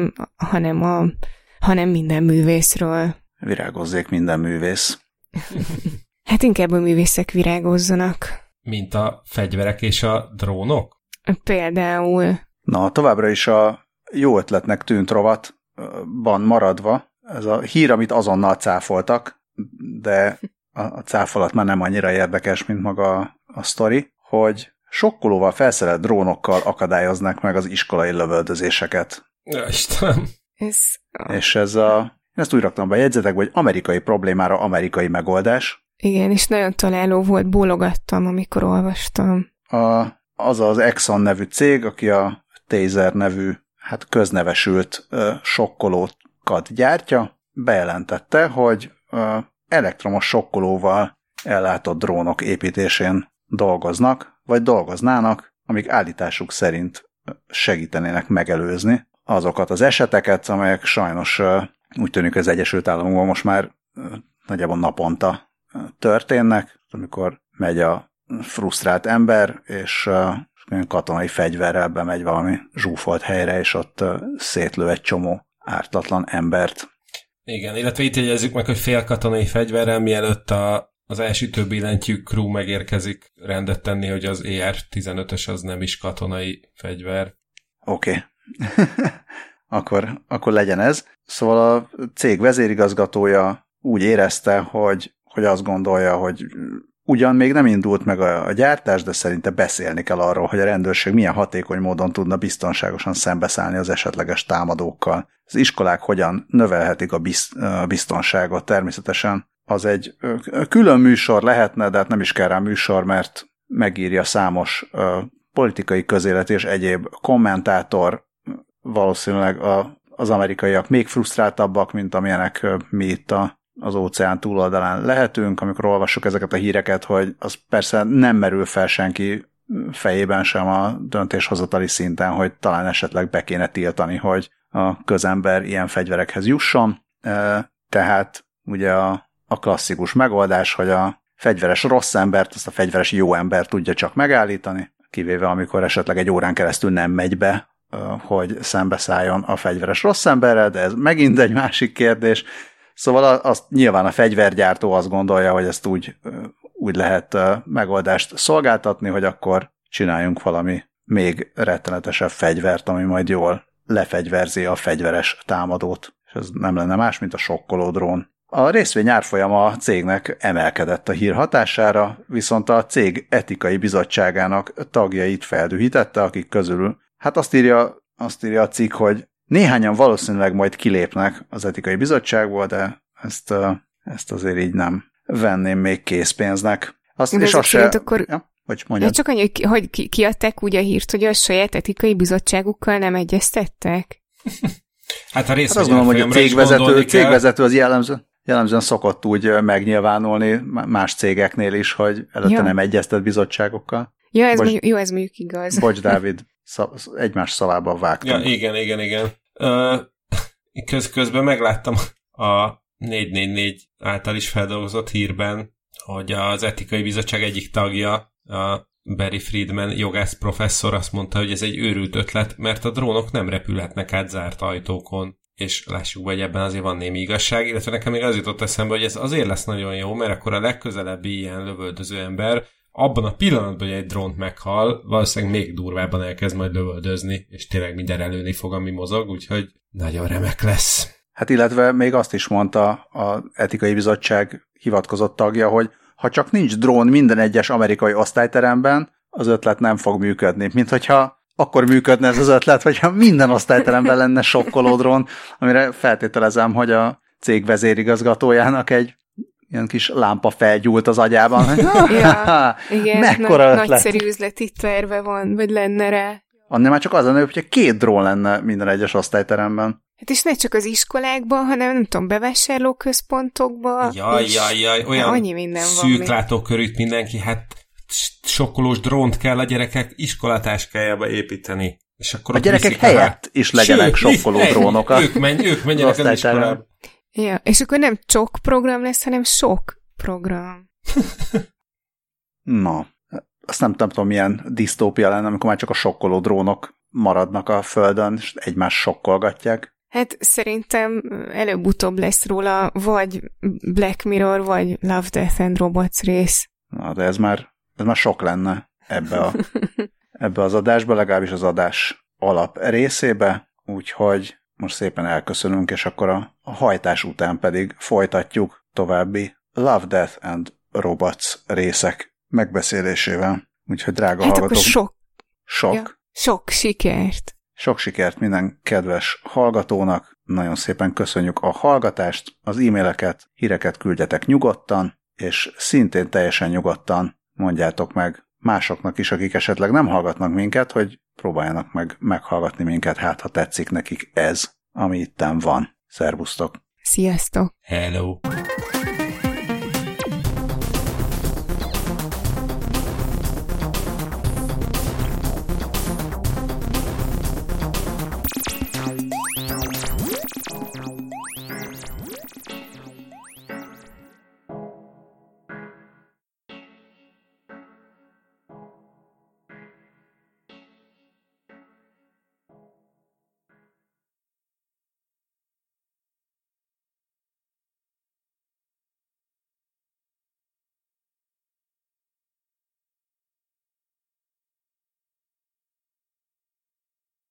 hanem minden művészről. Virágozzék minden művész. Hát inkább a művészek virágozzanak. Mint a fegyverek és a drónok? Például. Na, továbbra is a jó ötletnek tűnt rovatban maradva, ez a hír, amit azonnal cáfoltak, de a cáfolat már nem annyira érdekes, mint maga a sztori, hogy sokkolóval felszerelt drónokkal akadályoznak meg az iskolai lövöldözéseket. Ja, Istenem. És én ezt úgy raktam be jegyzetekbe, hogy amerikai problémára amerikai megoldás. Igen, és nagyon találó volt, bólogattam, amikor olvastam. Az az Exxon nevű cég, aki a Taser nevű, köznevesült sokkolókat gyártja, bejelentette, hogy elektromos sokkolóval ellátott drónok építésén dolgoznak, vagy dolgoznának, amik állításuk szerint segítenének megelőzni azokat az eseteket, amelyek sajnos úgy tűnik az Egyesült Államokban most már nagyjából naponta történnek, amikor megy a frusztrált ember, és katonai fegyverrel bemegy valami zsúfolt helyre, és ott szétlő egy csomó ártatlan embert. Igen, illetve itt jegyezzük meg, hogy fél katonai fegyverrel, mielőtt az elsütő billentyű crew megérkezik rendet tenni, hogy az ER-15-ös az nem is katonai fegyver. Oké. Akkor legyen ez. Szóval a cég vezérigazgatója úgy érezte, hogy azt gondolja, hogy ugyan még nem indult meg a gyártás, de szerinte beszélni kell arról, hogy a rendőrség milyen hatékony módon tudna biztonságosan szembeszállni az esetleges támadókkal. Az iskolák hogyan növelhetik a biztonságot. Természetesen az egy külön műsor lehetne, de hát nem is kell rá műsor, mert megírja számos politikai közélet és egyéb kommentátor. Valószínűleg az amerikaiak még frusztráltabbak, mint amilyenek mi itt az óceán túloldalán lehetünk, amikor olvassuk ezeket a híreket, hogy az persze nem merül fel senki fejében sem a döntéshozatali szinten, hogy talán esetleg be kéne tiltani, hogy a közember ilyen fegyverekhez jusson. Tehát ugye a klasszikus megoldás, hogy a fegyveres rossz embert, azt a fegyveres jó ember tudja csak megállítani, kivéve amikor esetleg egy órán keresztül nem megy be, hogy szembeszálljon a fegyveres rossz emberrel, de ez megint egy másik kérdés. Szóval azt nyilván a fegyvergyártó azt gondolja, hogy ezt úgy lehet megoldást szolgáltatni, hogy akkor csináljunk valami még rettenetesebb fegyvert, ami majd jól lefegyverzi a fegyveres támadót. És ez nem lenne más, mint a sokkoló drón. A részvény árfolyama a cégnek emelkedett a hír hatására, viszont a cég etikai bizottságának tagjait feldühítette, akik közül, hát azt írja a cikk, hogy néhányan valószínűleg majd kilépnek az etikai bizottságból, de ezt azért így nem venném még készpénznek. Akkor... Ja, vagy mondjad. Csak annyi, hogy kiadták úgy a hírt, hogy a saját etikai bizottságukkal nem egyeztettek? Hát a részvény azt gondolom, hogy a cégvezető az jellemzően szokott úgy megnyilvánulni más cégeknél is, hogy előtte nem egyeztet bizottságokkal. Ja, ez mondjuk igaz. Bocs, Dávid, egymás szavába vágtunk. Ja, igen. Közben megláttam a 444 által is feldolgozott hírben, hogy az etikai bizottság egyik tagja, a Barry Friedman jogász professzor azt mondta, hogy ez egy őrült ötlet, mert a drónok nem repülhetnek át zárt ajtókon. És lássuk be, hogy ebben azért van némi igazság, illetve nekem még az jutott eszembe, hogy ez azért lesz nagyon jó, mert akkor a legközelebbi ilyen lövöldöző ember abban a pillanatban, hogy egy drónt meghal, valószínűleg még durvábban elkezd majd lövöldözni, és tényleg minden előni fog, ami mozog, úgyhogy nagyon remek lesz. Hát illetve még azt is mondta az etikai bizottság hivatkozott tagja, hogy ha csak nincs drón minden egyes amerikai osztályteremben, az ötlet nem fog működni. Mint hogyha akkor működne ez az ötlet, hogyha minden osztályteremben lenne sokkoló drón, amire feltételezem, hogy a cég vezérigazgatójának egy ilyen kis lámpa felgyúlt az agyában. Ja, igen, mekkora ötlet. Nagyszerű üzleti terve van, vagy lenne rá. Annál már csak az lenne, hogyha 2 drón lenne minden egyes osztályteremben. Hát és ne csak az iskolákban, hanem nem tudom, bevásárlóközpontokban. Jaj, olyan annyi minden szűk látókörűt mindenki, hát sokkolós drónt kell a gyerekek iskolatáskájába építeni. És akkor a gyerekek helyett is legyenek sokkoló drónokat. Ők menjenek az iskolába. Ja, és akkor nem csak program lesz, hanem sok program. Na, azt nem tudom, milyen disztópia lenne, amikor már csak a sokkoló drónok maradnak a földön, és egymást sokkolgatják. Hát szerintem előbb-utóbb lesz róla vagy Black Mirror, vagy Love, Death and Robots rész. Na, de ez már sok lenne ebbe az adásba, legalábbis az adás alap részébe, úgyhogy most szépen elköszönünk, és akkor a hajtás után pedig folytatjuk további Love, Death and Robots részek megbeszélésével. Úgyhogy drága hallgatók... Sok sikert! Sok sikert minden kedves hallgatónak, nagyon szépen köszönjük a hallgatást, az e-maileket, híreket küldjetek nyugodtan, és szintén teljesen nyugodtan mondjátok meg másoknak is, akik esetleg nem hallgatnak minket, hogy próbáljanak meg meghallgatni minket, hát ha tetszik nekik ez, ami itten van. Szervusztok! Sziasztok! Hello!